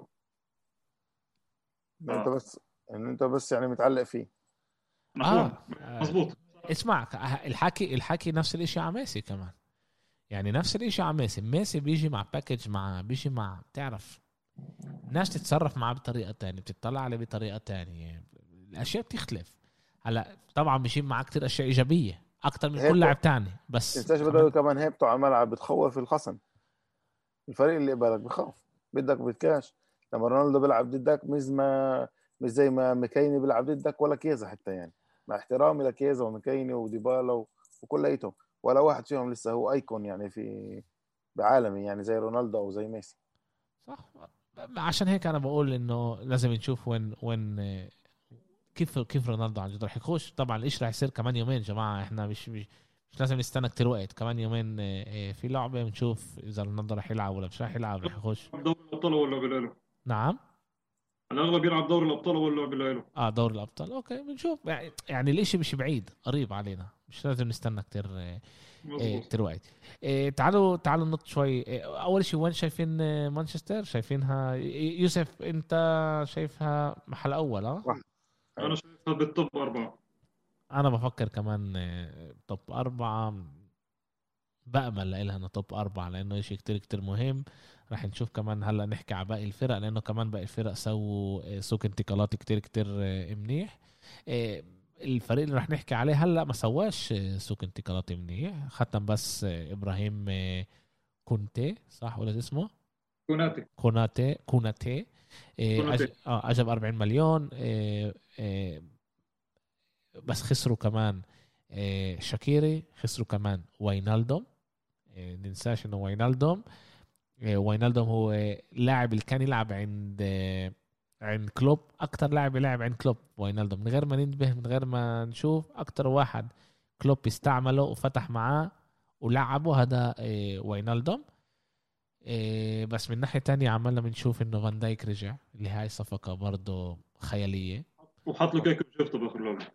انت بس يعني متعلق فيه. مزبوط. اسمع، الحكي نفس الاشي على ميسي كمان، يعني نفس الاشي على ميسي بيجي مع باكج، بيجي مع تعرف ناس تتصرف معاه بطريقة تانية، بتطلع عليه بطريقة تانية، الاشياء بتختلف. هلا طبعا بيجي معاه كتير اشياء ايجابية اكتر من كل لاعب تاني، بس انتش بدأوا كمان هيبتوا على الملعب بتخوف الخصم، الفريق اللي قبلك بخاف، بدك بتكاش. لما رونالدو بيلعب ضدك مش زي ما ميكايني بيلعب ضدك، ولا كيزا حتى، يعني مع احترامي لكيزا وميكايني وديبالا وكليتهم، ولا واحد فيهم لسه هو ايكون يعني في بعالمي، يعني زي رونالدو او زي ميسي. صح. عشان هيك انا بقول انه لازم نشوف وين كيف رونالدو عن جد رح يخش. طبعا ايش رح يصير كمان يومين جماعه، احنا مش لازم نستنى كتير وقت، كمان يومين في لعبه بنشوف اذا رونالدو رح يلعب ولا مش رح يلعب، رح يخش دوري الابطال ولا بلاله. نعم الاغلب يلعب دوري الابطال ولا بلاله. دوري الابطال. اوكي بنشوف، يعني الاشي مش بعيد، قريب علينا، مش لازم نستنى كتير كتير وقت. تعالوا نط شوي. اول شيء وين شايفين مانشستر؟ شايفينها يوسف انت شايفها محل اول؟ انا شايفها بالتوب 4. انا بفكر كمان توب 4، بأمل لها انه توب 4 لانه شيء كتير كتير مهم. راح نشوف كمان هلا نحكي على باقي الفرق، لانه كمان باقي الفرق سووا سوق انتقالات كتير كتير منيح. الفريق اللي راح نحكي عليه هلا ما سواش سوق انتقالات منيح، ختم بس ابراهيم كونتي، صح ولا اسمه كوناتي اجب 40 مليون. بس خسروا كمان شاكيري، خسروا كمان واينالدوم. ننساش انه واينالدوم هو لاعب اللي كان يلعب عند كلوب، اكتر لاعب يلعب عند كلوب واينالدوم، من غير ما ننتبه، من غير ما نشوف، اكتر واحد كلوب استعمله وفتح معاه ولعبه هذا واينالدوم. بس من ناحية تانية عمالنا بنشوف انه فان دايك رجع، اللي هاي صفقة برضو خيالية، وحط له كيك وشفته باخر لعبة.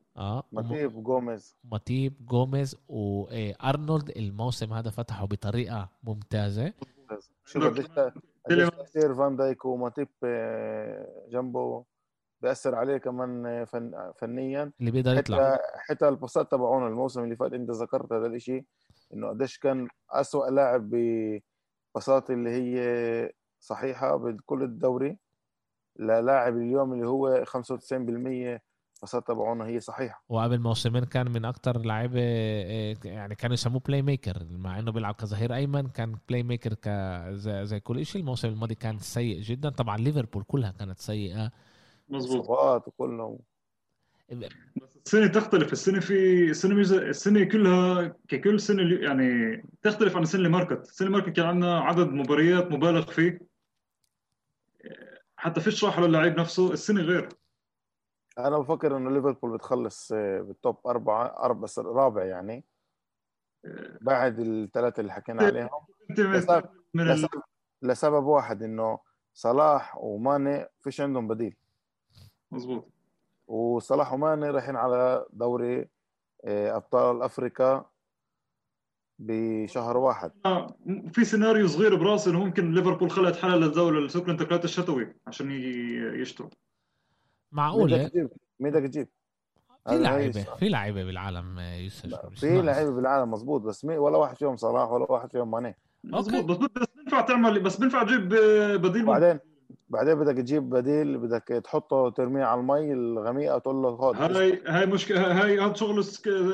ماتيب جوميز وارنولد الموسم هذا فتحوا بطريقة ممتازة. شو قديش تأثير فان دايك وماتيب جنبه بيأثر عليه كمان فنيا، اللي بيقدر يطلع حتى الباصات تبعونه الموسم اللي فات، انت ذكرت هذا الاشي انه قديش كان أسوأ لاعب بباصات اللي هي صحيحة بكل الدوري، للاعب اليوم اللي هو 95% باصات تبعونه هي صحيحة. وقبل موسمين كان من اكتر لاعب، يعني كانوا يسموه بلاي ميكر، مع انه بيلعب كظهير ايمن كان بلاي ميكر زي كل شيء. الموسم الماضي كان سيء جدا، طبعا ليفربول كلها كانت سيئة، مظبوط وكله. بس السنة تختلف، السنة كلها ككل سنة يعني تختلف عن السنة اللي مركت. السنة اللي مركت كان عندنا عدد مباريات مبالغ فيه، حتى فيش راحة للاعب نفسه. السنة غير. أنا بفكر إنه ليفربول بتخلص بالتوب 4 بس الرابع، يعني بعد الثلاثة اللي حكينا عليهم، لسبب واحد، إنه صلاح وماني فيش عندهم بديل. مظبوط. وصلاح وماني رايحين على دوري أبطال أفريقيا بشهر 1. في سيناريو صغير براسي إنه ممكن ليفربول خلت حالها للدوري لسوق الانتقالات الشتوي عشان يشتروا. معقولة مين بدك تجيب؟ في لعيبة بالعالم يوسف، في لعيبة بالعالم مظبوط، بس ولا واحد فيهم صلاح ولا واحد فيهم ماني. مظبوط. بس بينفع تعمل، بس بينفع تجيب بديل. بعدين بدك تجيب بديل، بدك تحطه ترميه على المي الغميقة وتقول له خد. هاي مشكلة. هذا شغل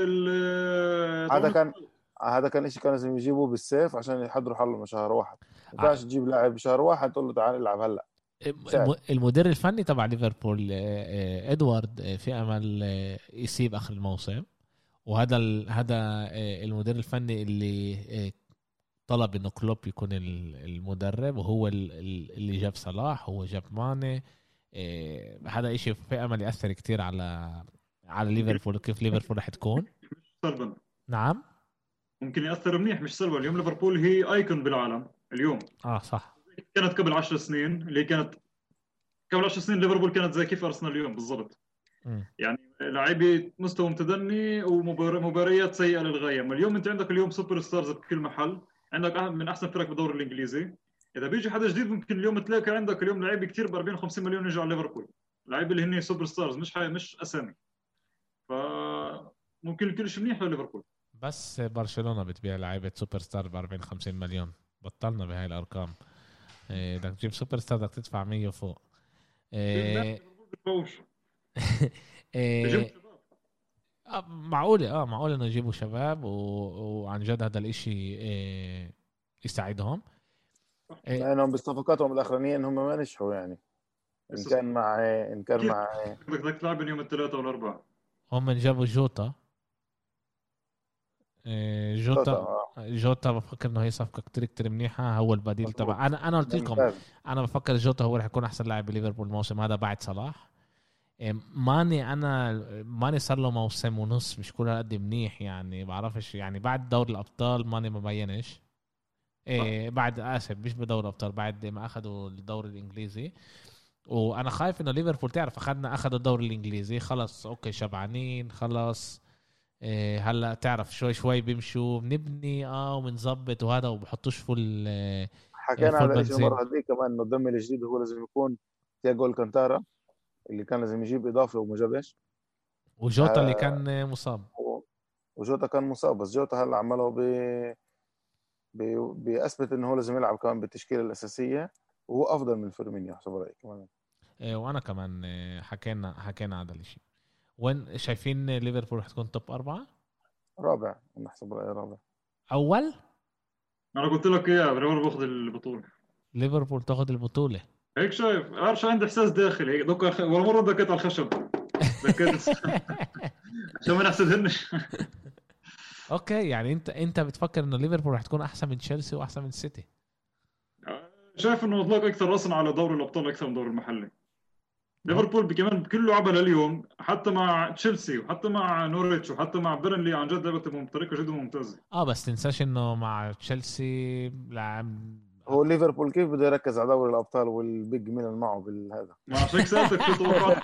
هذا كان شيء كان لازم يجيبوه بالسيف عشان يحضروا حاله من شهر 1. ما ينفعش تجيب لاعب بشهر 1 تقول له تعال العب هلا. المدير الفني تبع ليفربول ادوارد في امل يسيب اخر الموسم، وهذا هذا المدير الفني اللي طلب انه كلوب يكون المدرب، وهو اللي جاب صلاح، هو جاب ماني. هذا إشي في امل ياثر كتير على ليفربول، كيف ليفربول رح تكون. سلبا نعم ممكن ياثر منيح مش سلبا. اليوم ليفربول هي ايكون بالعالم اليوم. صح. كانت قبل 10 سنين، اللي كانت قبل 10 سنين ليفربول كانت زي كيف ارسنال اليوم بالضبط. يعني لاعبي مستوى متدني ومباريات سيئه للغايه. اما اليوم انت عندك اليوم سوبر ستارز بكل محل، عندك من احسن فرق بالدوري الانجليزي. اذا بيجي حدا جديد ممكن اليوم تلاقي عندك اليوم لعيبه كثير ب 40 50 مليون يجوا على ليفربول، لعيبه اللي هن سوبر ستارز مش اسامي. فممكن الكل شيء منيح لليفربول. بس برشلونة بتبيع لعيبة سوبر ستار ب 40 50 مليون. بطلنا بهاي الارقام. بدك تجيب سوبر ستار بدك تدفع 100 وفوق. معقولة انه يجيبوا شباب وعن جد هذا الاشي يساعدهم. لانهم بصفقاتهم الاخرانيين هم ما نجحوا يعني. ان كان مع بدك تلعب يوم الثلاثاء والاربعاء. هم جابوا جوتا. جوتا بفكر انه هي صفقة كتير منيحة. هو البديل تبع انا قلت لكم انا بفكر جوتا هو رح يكون احسن لاعب بليفربول الموسم هذا بعد صلاح. ماني صار له موسم ونص مش كل قد منيح يعني. بعرفش يعني بعد دور الابطال ماني ما بينش بعد مش بدور الابطال، بعد ما اخذوا الدوري الانجليزي. وانا خايف انه ليفربول تعرف اخذ الدوري الانجليزي خلص اوكي شبعانين خلص. هلا تعرف شوي بيمشوا بنبني وبنظبط وهذا وبحطوش فل. حكينا على شيء المره هذيك كمان انه الضم الجديد هو لازم يكون تياغو الكانتارا اللي كان لازم يجيب اضافه وما جابش. وجوتا اللي كان مصاب. وجوتا كان مصاب، بس جوتا هلا عمله بيثبت انه هو لازم يلعب كمان بالتشكيله الاساسيه، وهو افضل من فيرمينيو حسب رايي كمان. وانا كمان حكينا هذا الشيء. وين شايفين ليفربول رح تكون توب 4 رابع؟ انا حسب رايي رابع. اول انا قلت لك اياه ليفربول باخذ البطوله. ليفربول تاخذ البطوله هيك شايف. عارف عندي احساس داخلي هيك ولا مره دكيت على الخشب دكيت عشان ما نحسدهنش. اوكي يعني انت بتفكر انه ليفربول رح تكون احسن من تشيلسي واحسن من السيتي؟ شايف انه اطلاق اكثر راسا على دوري الابطال اكثر من دوري المحلي. ليفربول كمان كله عبل اليوم حتى مع تشيلسي وحتى مع نوريتش وحتى مع بيرنلي عن جد لعبتهم بطريقه جدا ممتازه. بس تنساش انه مع تشيلسي لعب. هو ليفربول كيف بده يركز على دوري الابطال والبيج ميلان معه بالهذا؟ ما عشان سالتك شو توقعات.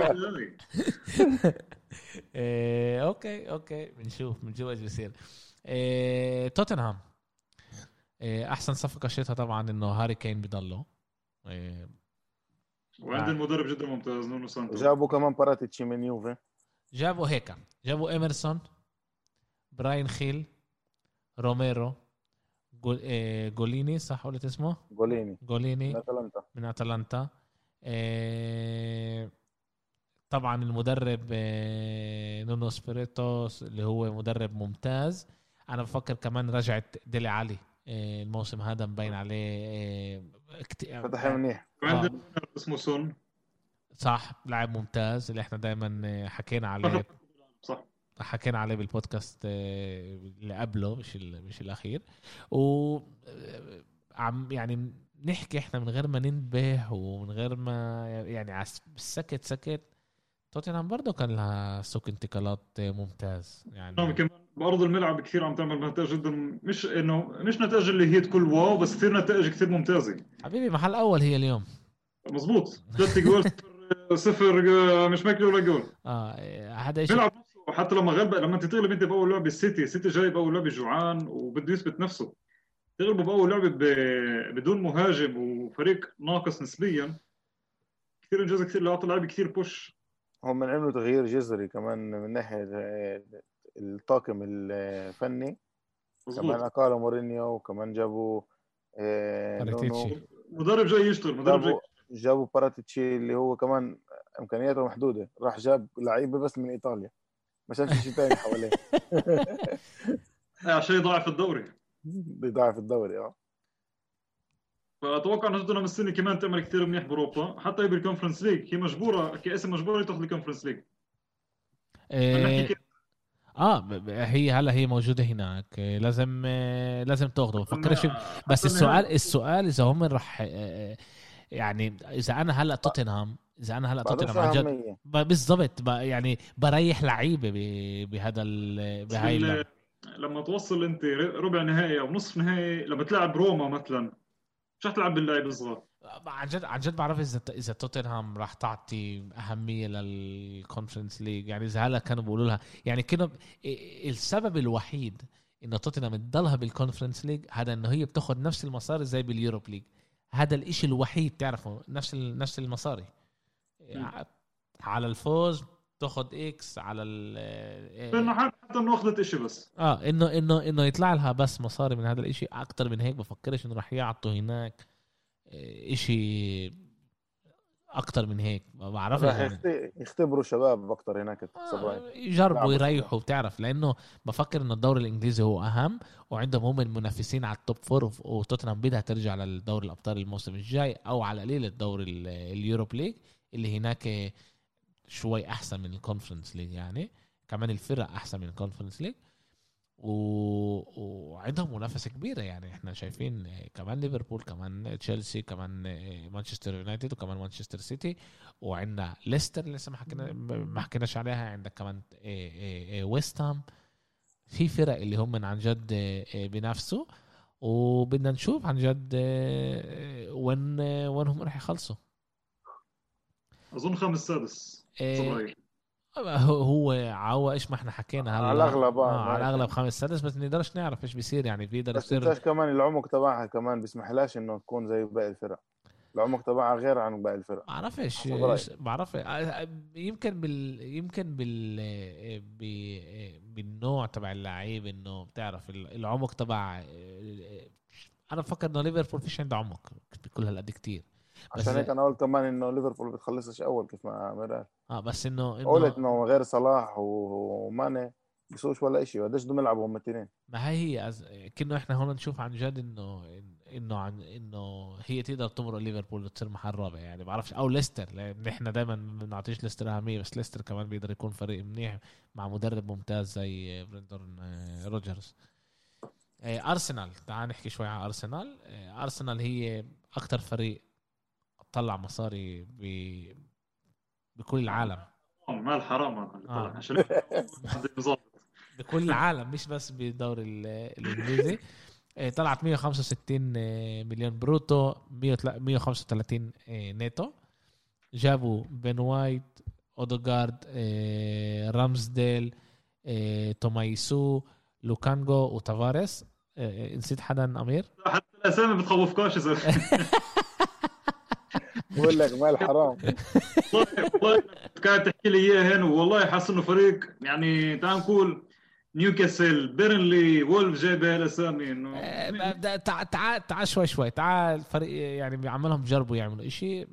اوكي بنشوف ايش بيصير. توتنهام احسن صفقه شريتها طبعا انه هاري كين بضله. وعند المدرب جدا ممتاز نونو سانتو. جابوا كمان باراتيتشي من يوفي. جابوا إميرسون، براين خيل، روميرو، جوليني صح ولا اسمه؟ جوليني من أتلانتا. طبعا المدرب نونو سبيريتوس اللي هو مدرب ممتاز. أنا بفكر كمان رجعت ديلي علي الموسم هذا مبين عليه فتح منيح. اسمه سون صح، لاعب ممتاز اللي احنا دائما حكينا عليه. صح حكينا عليه بالبودكاست اللي قبله مش الاخير. و عم يعني نحكي احنا من غير ما ننبه ومن غير ما يعني سكت. توتنهام برضه كان لها سوق انتقالات ممتاز يعني. كمان بأرض الملعب كثير عم تعمل نتائج جدا، مش نتائج اللي هي تكون واو، بس كثير نتائج كثير ممتازة. حبيبي محل أول هي اليوم. مزبوط 3 جول 0 مش ماكل ولا جول. هذا شيء بيلعب نفسه. وحتى لما انت تغلب انت باول لعبه السيتي جاي باول لعبه جوعان وبده يثبت نفسه، تغلبه باول لعبه بدون مهاجم وفريق ناقص نسبيا. كثير انجاز، كثير لعطى لاعب كثير بوش. هم عملوا تغيير جذري كمان من ناحيه الطاقم الفني. مزبوط. كمان اقالوا مورينيو وكمان جابوا مدرب جاي يشتغل. جابوا باراتيتشي اللي هو كمان امكانياته محدوده، راح جاب لعيبه بس من ايطاليا ما شافش شيء ثاني حواليه. عشان يضاعف الدوري. بيضاعف الدوري. فأتوقع أن توتنهام السنة كمان تعمل كثير منيح بأوروبا، حتى هي بالكونفرنس ليج هي مجبورة كاسم مجبورة تاخذ الكونفرنس ليج. هي هلا هي موجوده هناك، لازم تاخده. بفكرش بس السؤال اذا هم رح يعني اذا انا هلا توتنهام عن جد بالضبط يعني بريح لعيبه بهذا بهاي لما توصل انت ربع نهائي او نصف نهائي، لما تلعب روما مثلا مش هتلعب باللاعب الصغار. عن جد بعرف اذا توتنهام راح تعطي اهميه للكونفرنس ليج. يعني اذا هلا كانوا بيقولوا لها يعني كده السبب الوحيد انه توتنهام تضلها بالكونفرنس ليج هذا انه هي بتاخذ نفس المصاري زي باليوروب ليج. هذا الاشي الوحيد تعرفوا، نفس المصاري على الفوز تاخذ اكس على حتى انه اخذت اشي بس انه يطلع لها بس مصاري من هذا الاشي. اكتر من هيك بفكرش انه راح يعطوا هناك اشي اكتر من هيك. ما بعرفش يعني يختبروا شباب اكتر هناك يجربوا يريحوا بتعرف، لانه بفكر انه الدوري الانجليزي هو اهم وعندهم هم المنافسين على التوب فور، وتوتنهام بدها ترجع للدوري الابطال الموسم الجاي او على قليل الدوري اليوروب ليج اللي هناك شوي احسن من الكونفرنس ليج. يعني كمان الفرق احسن من الكونفرنس ليج وعندهم منافسة كبيرة. يعني احنا شايفين كمان ليفربول، كمان تشيلسي، كمان مانشستر يونايتد، وكمان مانشستر سيتي، وعندنا ليستر لسه ما حكيناش عليها. عندك كمان ويست هام. في فرق اللي هم عن جد بينافسوا، وبدنا نشوف عن جد وين هم راح يخلصوا. اظن خامس سادس هو عوا ايش ما احنا حكينا هلا على الاغلب على الاغلب خامس سادس، بس نقدرش نعرف ايش بيصير. يعني بيقدر بس انتش كمان العمق تبعها كمان بيسمحلاش انه تكون زي باقي الفرق. العمق تبعها غير عن باقي الفرق. بعرف يمكن بالنوع تبع اللعيب انه بتعرف العمق تبع. انا بفكر انه ليفربول فيش عنده عمق بكل هالقد كتير. عشان هيك انا قلت كمان انه ليفربول بتخلصش اول كيف ما مرال. بس انه قلت انه غير صلاح وماني بيسوش ولا شيء، قديش بدهم يلعبوا هم الاثنين. ما هي كنا احنا هون نشوف عن جد انه هي تقدر تمرق ليفربول وتصير محل رابع. يعني بعرفش او ليستر، لان احنا دائما ما بنعطيش ليستر اهميه، بس ليستر كمان بيقدر يكون فريق منيح مع مدرب ممتاز زي بريندون روجرز. ارسنال، تعال نحكي شوي عن ارسنال. ارسنال هي اكتر فريق طلع مصاري بكل العالم. مال حرام عشان بكل العالم مش بس بالدوري الانجليزي. طلعت 165 مليون بروتو، 135 نيتو. جابوا بن وايت، اودوغارد، رامزديل، تومايسو، لوكانجو وتافاريس. نسيت حدا امير؟ حتى الاسامي بتخوفكاش يا بقول لك مال حرام. والله كانت تحكي لي اياه هنا والله حاسس انه فريق يعني تعال نقول نيوكاسل، بيرنلي، وولف جايبه الاسامي انه تعال شوي تعال فريق يعني بيعملهم بجربوا يعملوا اشي.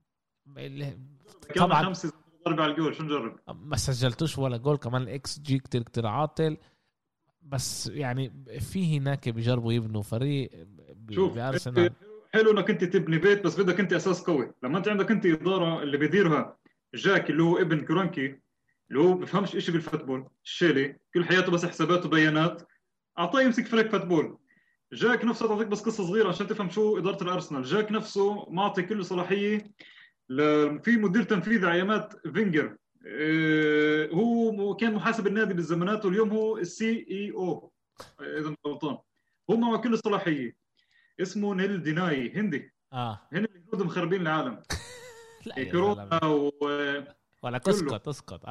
طبعا 5 ضربة على الجول شو نجرب. ما سجلتوش ولا جول، كمان الاكس جي كتير عاطل. بس يعني في هناك بيجربوا يبنوا فريق بأرسنال. حلو انك انت تبني بيت، بس بدك انت اساس قوي. لما انت عندك انت اداره اللي بيديرها جاك اللي هو ابن كرونكي اللي هو بفهمش اشي بالفوتبول، الشيلي كل حياته بس حسابات وبيانات، اعطيه يمسك فريق فوتبول. جاك نفسه تعطيك بس قصه صغيره عشان تفهم شو اداره الارسنال. جاك نفسه معطي كل صلاحيه في مدير تنفيذي ايامات فينجر. هو كان محاسب النادي بالزمانات، واليوم هو السي اي او اذا مش غلطان. هو معه كل الصلاحيه. اسمه نيل ديناي، هندي. هن الهنود مخربين العالم. كورونا ولا تسقط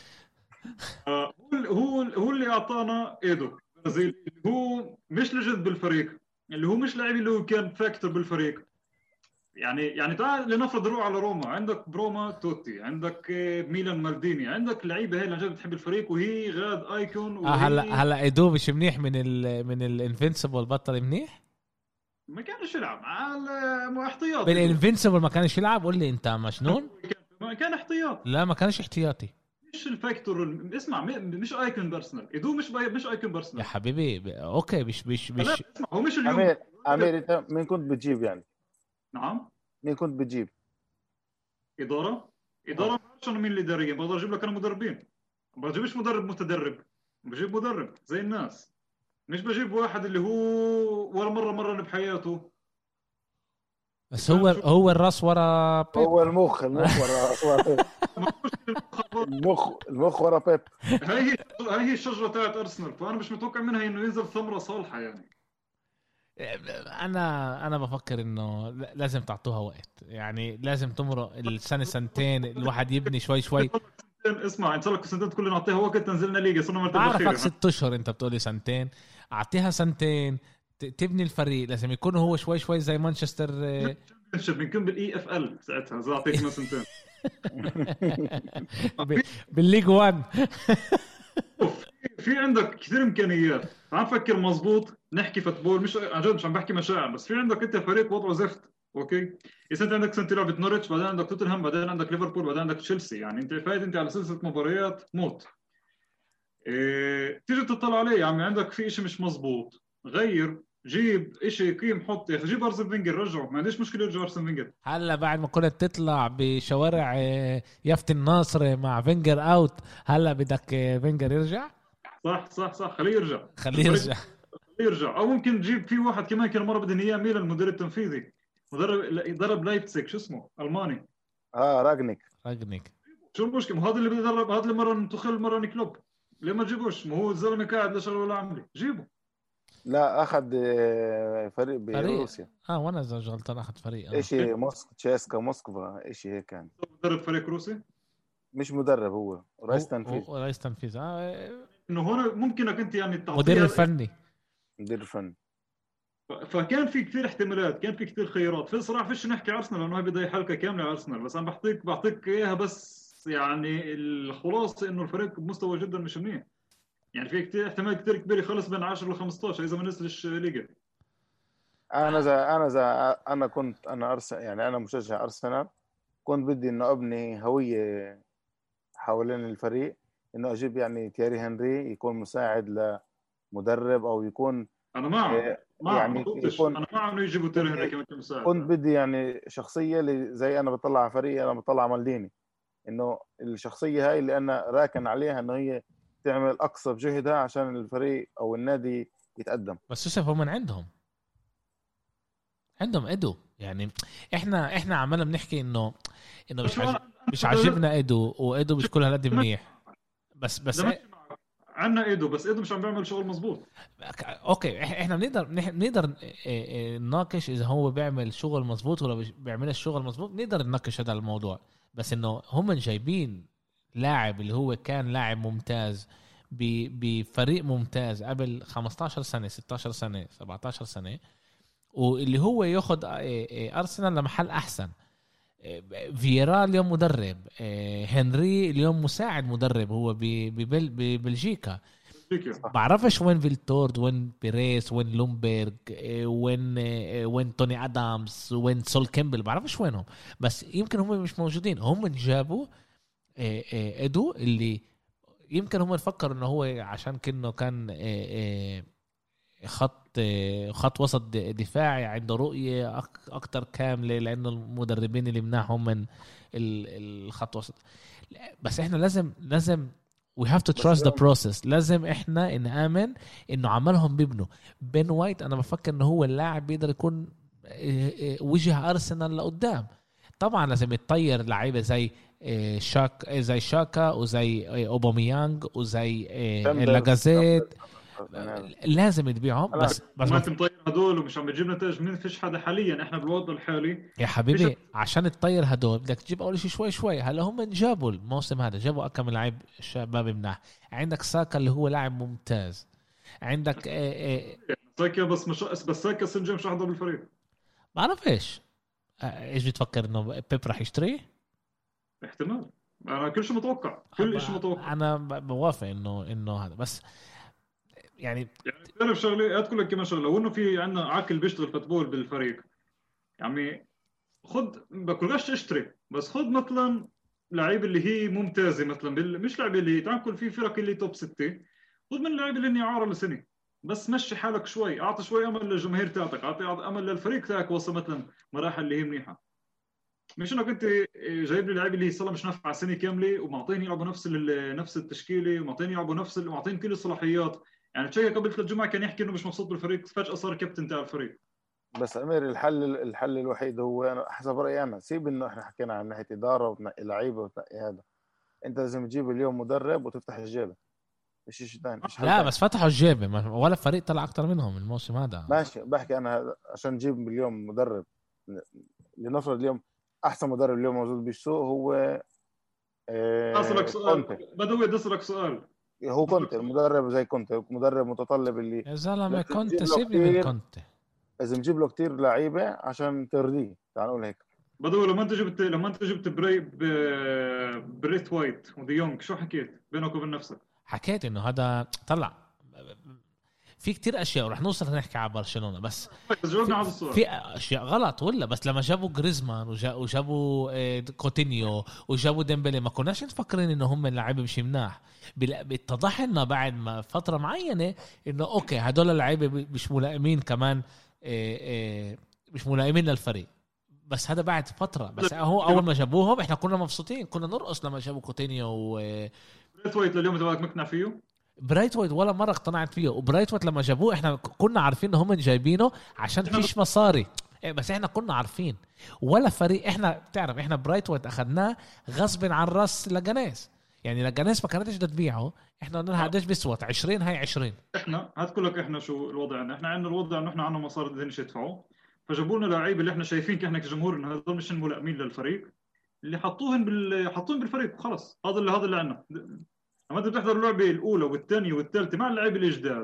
هو اللي اعطانا ايدو برازيل، هو مش لجد بالفريق، اللي هو مش لاعب اللي هو كان فاكتور بالفريق. يعني تعال لنفرض نروح على روما، عندك بروما توتي، عندك ميلان مالديني، عندك لعيبه هي اللي جد بتحب الفريق وهي غاد ايكون. هلا ايدو مش منيح من الانفنسبل، بطل منيح. ما كانش يلعب على احتياطي. بالانفنسبل ما كانش يلعب؟ قول لي انت مجنون. كان احتياطي. لا ما كانش احتياطي. مش الفاكتور. اسمع، مش ايكون بيرسونال. ايدو مش ايكون بيرسونال يا حبيبي. اوكي مش اسمع، هو مش اليوم. امير انت مين كنت بتجيب يعني؟ نعم مين كنت بتجيب؟ اداره ما بعرفش مين اللي اداريين. بقدر اجيب لك انا مدربين، ما بجيبش مدرب متدرب. بجيب مدرب زي الناس، مش بجيب واحد اللي هو ولا مرة مرن بحياته. بس فاهم شو؟ هو الراس ورا بيب. هو المخ ورا بيب. ما هوش المخبط. المخ ورا بيب. هاي هي الشجرة تاعت أرسنال، فأنا مش متوقع منها إنه ينزل ثمرة صالحة يعني. انا بفكر انه لازم تعطوها وقت، يعني لازم تمرق السنه سنتين الواحد يبني شوي شوي. اسمع، انت لك سنتين كلنا نعطيها وقت، تنزلنا ليجا صرنا مرتبة بعرفك أخيرة. 6 اشهر، انت بتقولي سنتين، اعطيها سنتين تبني الفريق. لازم يكون هو شوي شوي زي مانشستر. بنكون بالاي اف ال ساعتها، زي اعطيك كمان سنتين. بالليج 1. شوف، في عندك كثير امكانيات، تعال نفكر مزبوط، نحكي فوتبول، مش عن جد مش عم بحكي مشاعر، بس في عندك انت فريق وضعه زفت. اوكي، اذا انت عندك سنه لعبه نوريتش، بعدين عندك توتنهام، بعدين عندك ليفربول، بعدين عندك تشيلسي، يعني انت فايت انت على سلسله مباريات موت. إيه... تيجي تطلع عليه يا عمي، عندك في شيء مش مزبوط، غير، جيب شيء قيم، حط يا اخي، جيب ارسن فينجر، رجعه، ما عنديش مشكله يرجع ارسن فينجر. هلا بعد ما كنت تطلع بشوارع يافت الناصر مع فينجر اوت، هلا بدك فينجر يرجع. صح صح صح، خليه يرجع. خليه الفريق يرجع. يرجع، او ممكن تجيب في واحد كمان كان مره بدهم اياه ميلان، المدير التنفيذي، مدرب يدرب لايبزيج، شو اسمه، الماني. راجنيك. رجنك. شو المشكله؟ ما هذا اللي بدرب، هذا اللي مرن تخل مرن كلوب. ليه ما تجيبوش؟ ما هو الزلمه قاعد لا شغل ولا عملي، جيبه. لا اخذ فريق فريق. بروسيا. وانا اذا غلطان اخذ فريق. اشي تشيسكا موسكفا اشي هيك كان. مدرب فريق روسي. مش مدرب، هو رئيس تنفيذي. هو رئيس تنفيذ. انه هون ممكنك انت يعني مدير تعطيها. الفني. مدير فني. فكان في كثير احتمالات، كان في كثير خيارات، في صراحه فيش نحكي ارسنال لانه هي بدها حلقه كامله على ارسنال، بس انا بعطيك اياها بس، يعني الخلاصه انه الفريق بمستوى جدا مش منيح. يعني في كثير احتمال كثير كبير يخلص بين 10 ل 15 اذا ما نزلش ليجا. انا يعني انا مشجع ارسنال، كنت بدي انه ابني هويه حوالين الفريق، انه اجيب يعني تياري هنري يكون مساعد لمدرب، او يكون انا معه ما يعني قلتش، يكون، انا معه انه يجيبوا تيري هنري كمان كمساعد. كنت بدي يعني شخصيه اللي زي انا بطلع على فريقي، انا بطلع على مالديني، انه الشخصيه هاي اللي انا راكن عليها انه هي تعمل اقصى بجهدها عشان الفريق او النادي يتقدم. بس يوسف هم من عندهم ادو يعني. احنا عمالنا بنحكي انه مش عاجبنا ايدو، وايدو مش كل هالقد منيح. بس عندنا ايدو، بس ايدو مش عم بيعمل شغل مزبوط. اوكي، احنا بنقدر نناقش اذا هو بيعمل شغل مزبوط ولا بيعمل الشغل مزبوط، نقدر نناقش هذا الموضوع. بس انه هم جايبين لاعب اللي هو كان لاعب ممتاز بفريق ممتاز قبل 15 سنة 16 سنة 17 سنة، واللي هو ياخد أرسنال لمحل أحسن. فييرا اليوم مدرب، هنري اليوم مساعد مدرب، هو ببلجيكا. بعرفش وين فيلتورد، وين بيريس، وين لومبرغ، وين توني ادامز، وين سول كيمبل، بعرفش وينهم. بس يمكن هم مش موجودين. هم جابوا ادو اللي يمكن هم فكروا انه هو عشان كأنه كان خط وسط دفاعي عنده رؤية أكتر كاملة، لأنه المدربين اللي منعهم من الخط وسط. بس إحنا لازم we have to trust the process. لازم إحنا نآمن إنه عملهم بيبنوا. بين وايت أنا بفكر إنه هو اللاعب بيقدر يكون وجه أرسنال لقدام. طبعا لازم يتطير لعيبة زي شاكا وزي أوباميانغ وزي لاجازيت، لازم تبيعهم. بس ما انت مطير هدول ومش عم بتجيب نتائج، مين فيش حدا حاليا، احنا بالوضع الحالي يا حبيبي. عشان تطير هدول بدك تجيب اول شيء شوي شوي. هلا هم جابوا الموسم هذا، جابوا كم لاعب شباب مناح. عندك ساكا اللي هو لاعب ممتاز. عندك ساكا، بس ساكا سنجا مش حدا بالفريق. بعرف ايش بتفكر انه بيب راح يشتريه؟ احتمال. انا كل شيء متوقع، كل شيء متوقع. انا بوافق انه هذا. بس يعني بتعرف شغله، اذكر لك كمان شغله، وانه في عندنا عاقل بيشتغل فوتبول بالفريق. يعني خد، بقولش اشتري، بس خد مثلا لعيب اللي هي ممتازه، مثلا مش لعيبه اللي تعال كل في فرق اللي توب 6، خد من اللعيبه اللي هي اعاره لسنه، بس مشي حالك شوي، اعطي شوي امل للجماهير تاعتك، اعطي امل للفريق تاعك وصل مثلا مراحل اللي هي منيحه. مش انك انت جايب لي لعيبه اللي صار مش نافعه سنه كامله ومعطيني يلعبوا نفس التشكيله ومعطيني يلعبوا ومعطيني كل الصلاحيات. يعني تشيكا قبل 3 جمعة كان يحكي انه مش مبسوط بالفريق، فجاه صار كابتن تاع الفريق. بس امير، الحل الوحيد هو أنا حسب رايي انا، سيب انه احنا حكينا عن ناحيه اداره وتنقي لعيبه وتنقي هذا. انت لازم تجيب اليوم مدرب وتفتح الجيبه، مش شيء ثاني، مش حل لا ثاني. بس فتحوا الجيبه، ولا فريق طلع اكتر منهم الموسم هذا. ماشي، بحكي انا عشان نجيب اليوم مدرب، لنفرض اليوم احسن مدرب اليوم موجود بالسوق هو اسالك سؤال كونتي. بدوي، اسالك سؤال. هو كونتي المدرب، زي كونتي مدرب متطلب اللي يا زلمه لازم كنت تجيب له سيبني من كثير، كنت. لازم تجيب له كثير لعيبه عشان ترضيه، تعال نقول هيك. بدوي لما انت جبت بريت وايت ودي يونغ، شو حكيت بينك وبين نفسك؟ حكيت انه هذا طلع في كتير اشياء، ورح نوصل نحكي على برشلونه، بس جاوبنا على السؤال. في اشياء غلط ولا بس لما جابوا جريزمان وجابوا كوتينيو وجابوا ديمبلي ما كناش مفكرين انه هم اللعيبه مش مناح. اتضح لنا بعد ما فتره معينه انه اوكي هدول اللعيبه مش ملائمين كمان، مش ملائمين للفريق. بس هذا بعد فتره، بس هو اول ما جابوهم احنا كنا مبسوطين، كنا نرقص لما جابوا كوتينيو بريت وايت لليوم تبعك مقنع فيه؟ برايت وايت ولا مرة اقتنعت فيه. وبرايت وايت لما جابوه احنا كنا عارفين ان هم جايبينه عشان فيش مصاري، بس احنا كنا عارفين ولا فريق. احنا بتعرف احنا برايت وايت اخذناه غصب عن راس لجانيس، يعني لجانيس ما كانتش تبيعه، احنا قلنا لها قديش بيسوى 20 هاي 20. احنا هتقول لك احنا شو الوضع عندنا، احنا عندنا الوضع انه احنا عندنا مصاري بدنا يدفعوا، فجابوا لنا لعيبه اللي احنا شايفين احنا كجمهور ان هذول مش ملائمين للفريق، اللي حطوهم بالفريق وخلص. هذا اللي عندنا. لما انت بتحضر اللعبه الاولى والثانيه والثالثه مع اللعيبه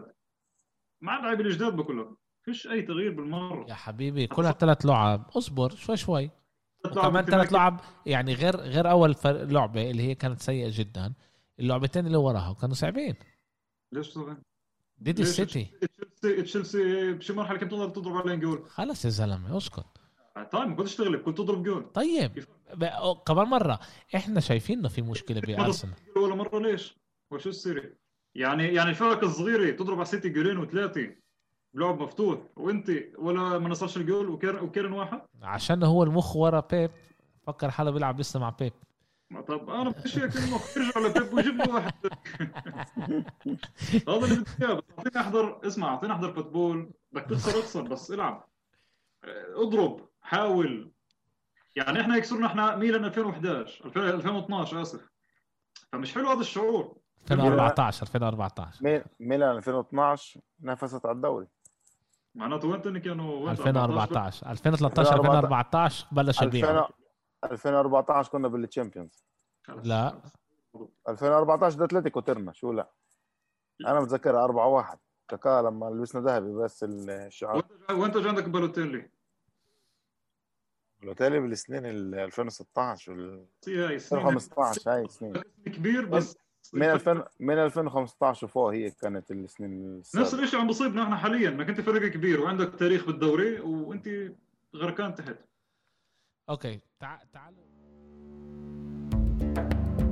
الجداد بقول لك فيش اي تغيير بالمره يا حبيبي كلها 3 لعب، اصبر شوي شوي. وكمان 3 لعب لعب يعني غير اول لعبة اللي هي كانت سيئة جدا، اللعبتين اللي وراها كانوا صعبين. ليش طبعا؟ ضد السيتي تشيلسي بشي مرحله كنت تقدر تضرب عليهم جول. خلص يا زلمة اسكت. طيب ما كنتش تغلب، كنت تضرب جول. طيب كمان مرة احنا شايفين انه في مشكلة بأرسنال ولا مره ليش؟ وشو السيري؟ يعني الفرق الصغيره تضرب على سيتي جولين وثلاثه بلعب مفتوح، وانت ولا ما نصلش الجول وكيرن واحد، عشان هو المخ ورا بيب، فكر حاله بيلعب لسه مع بيب. طب انا بديش هيك المخ يرجع لبيب ويجيب لي واحد. هذا اللي بدي اياه. بس اعطيني احضر فوتبول، بدك تخسر بس العب، اضرب، حاول. يعني احنا يكسرنا احنا ميلان 2012 اسف، فمش حلو هذا الشعور. 2014 ميلان 2012 نافست على الدوري. معناته وين كانوا 2013 2014 بلش البيع. 2014 كنا بالتشامبيونز. لا 2014 ده اتلتيكو ترنا شو. لا انا متذكر 4-1 كاكا لما لبسنا ذهبي بس الشعار. وانت عندك بالوتيلي بالسنين 2016 وال هاي 2015 هاي سنين كبير بس من 2015 وفوق هي كانت السنين نفس الشيء عم بصيبنا احنا حاليا، انك انت فريق كبير وعندك تاريخ بالدوري وانت غرقان تحت. اوكي تعالوا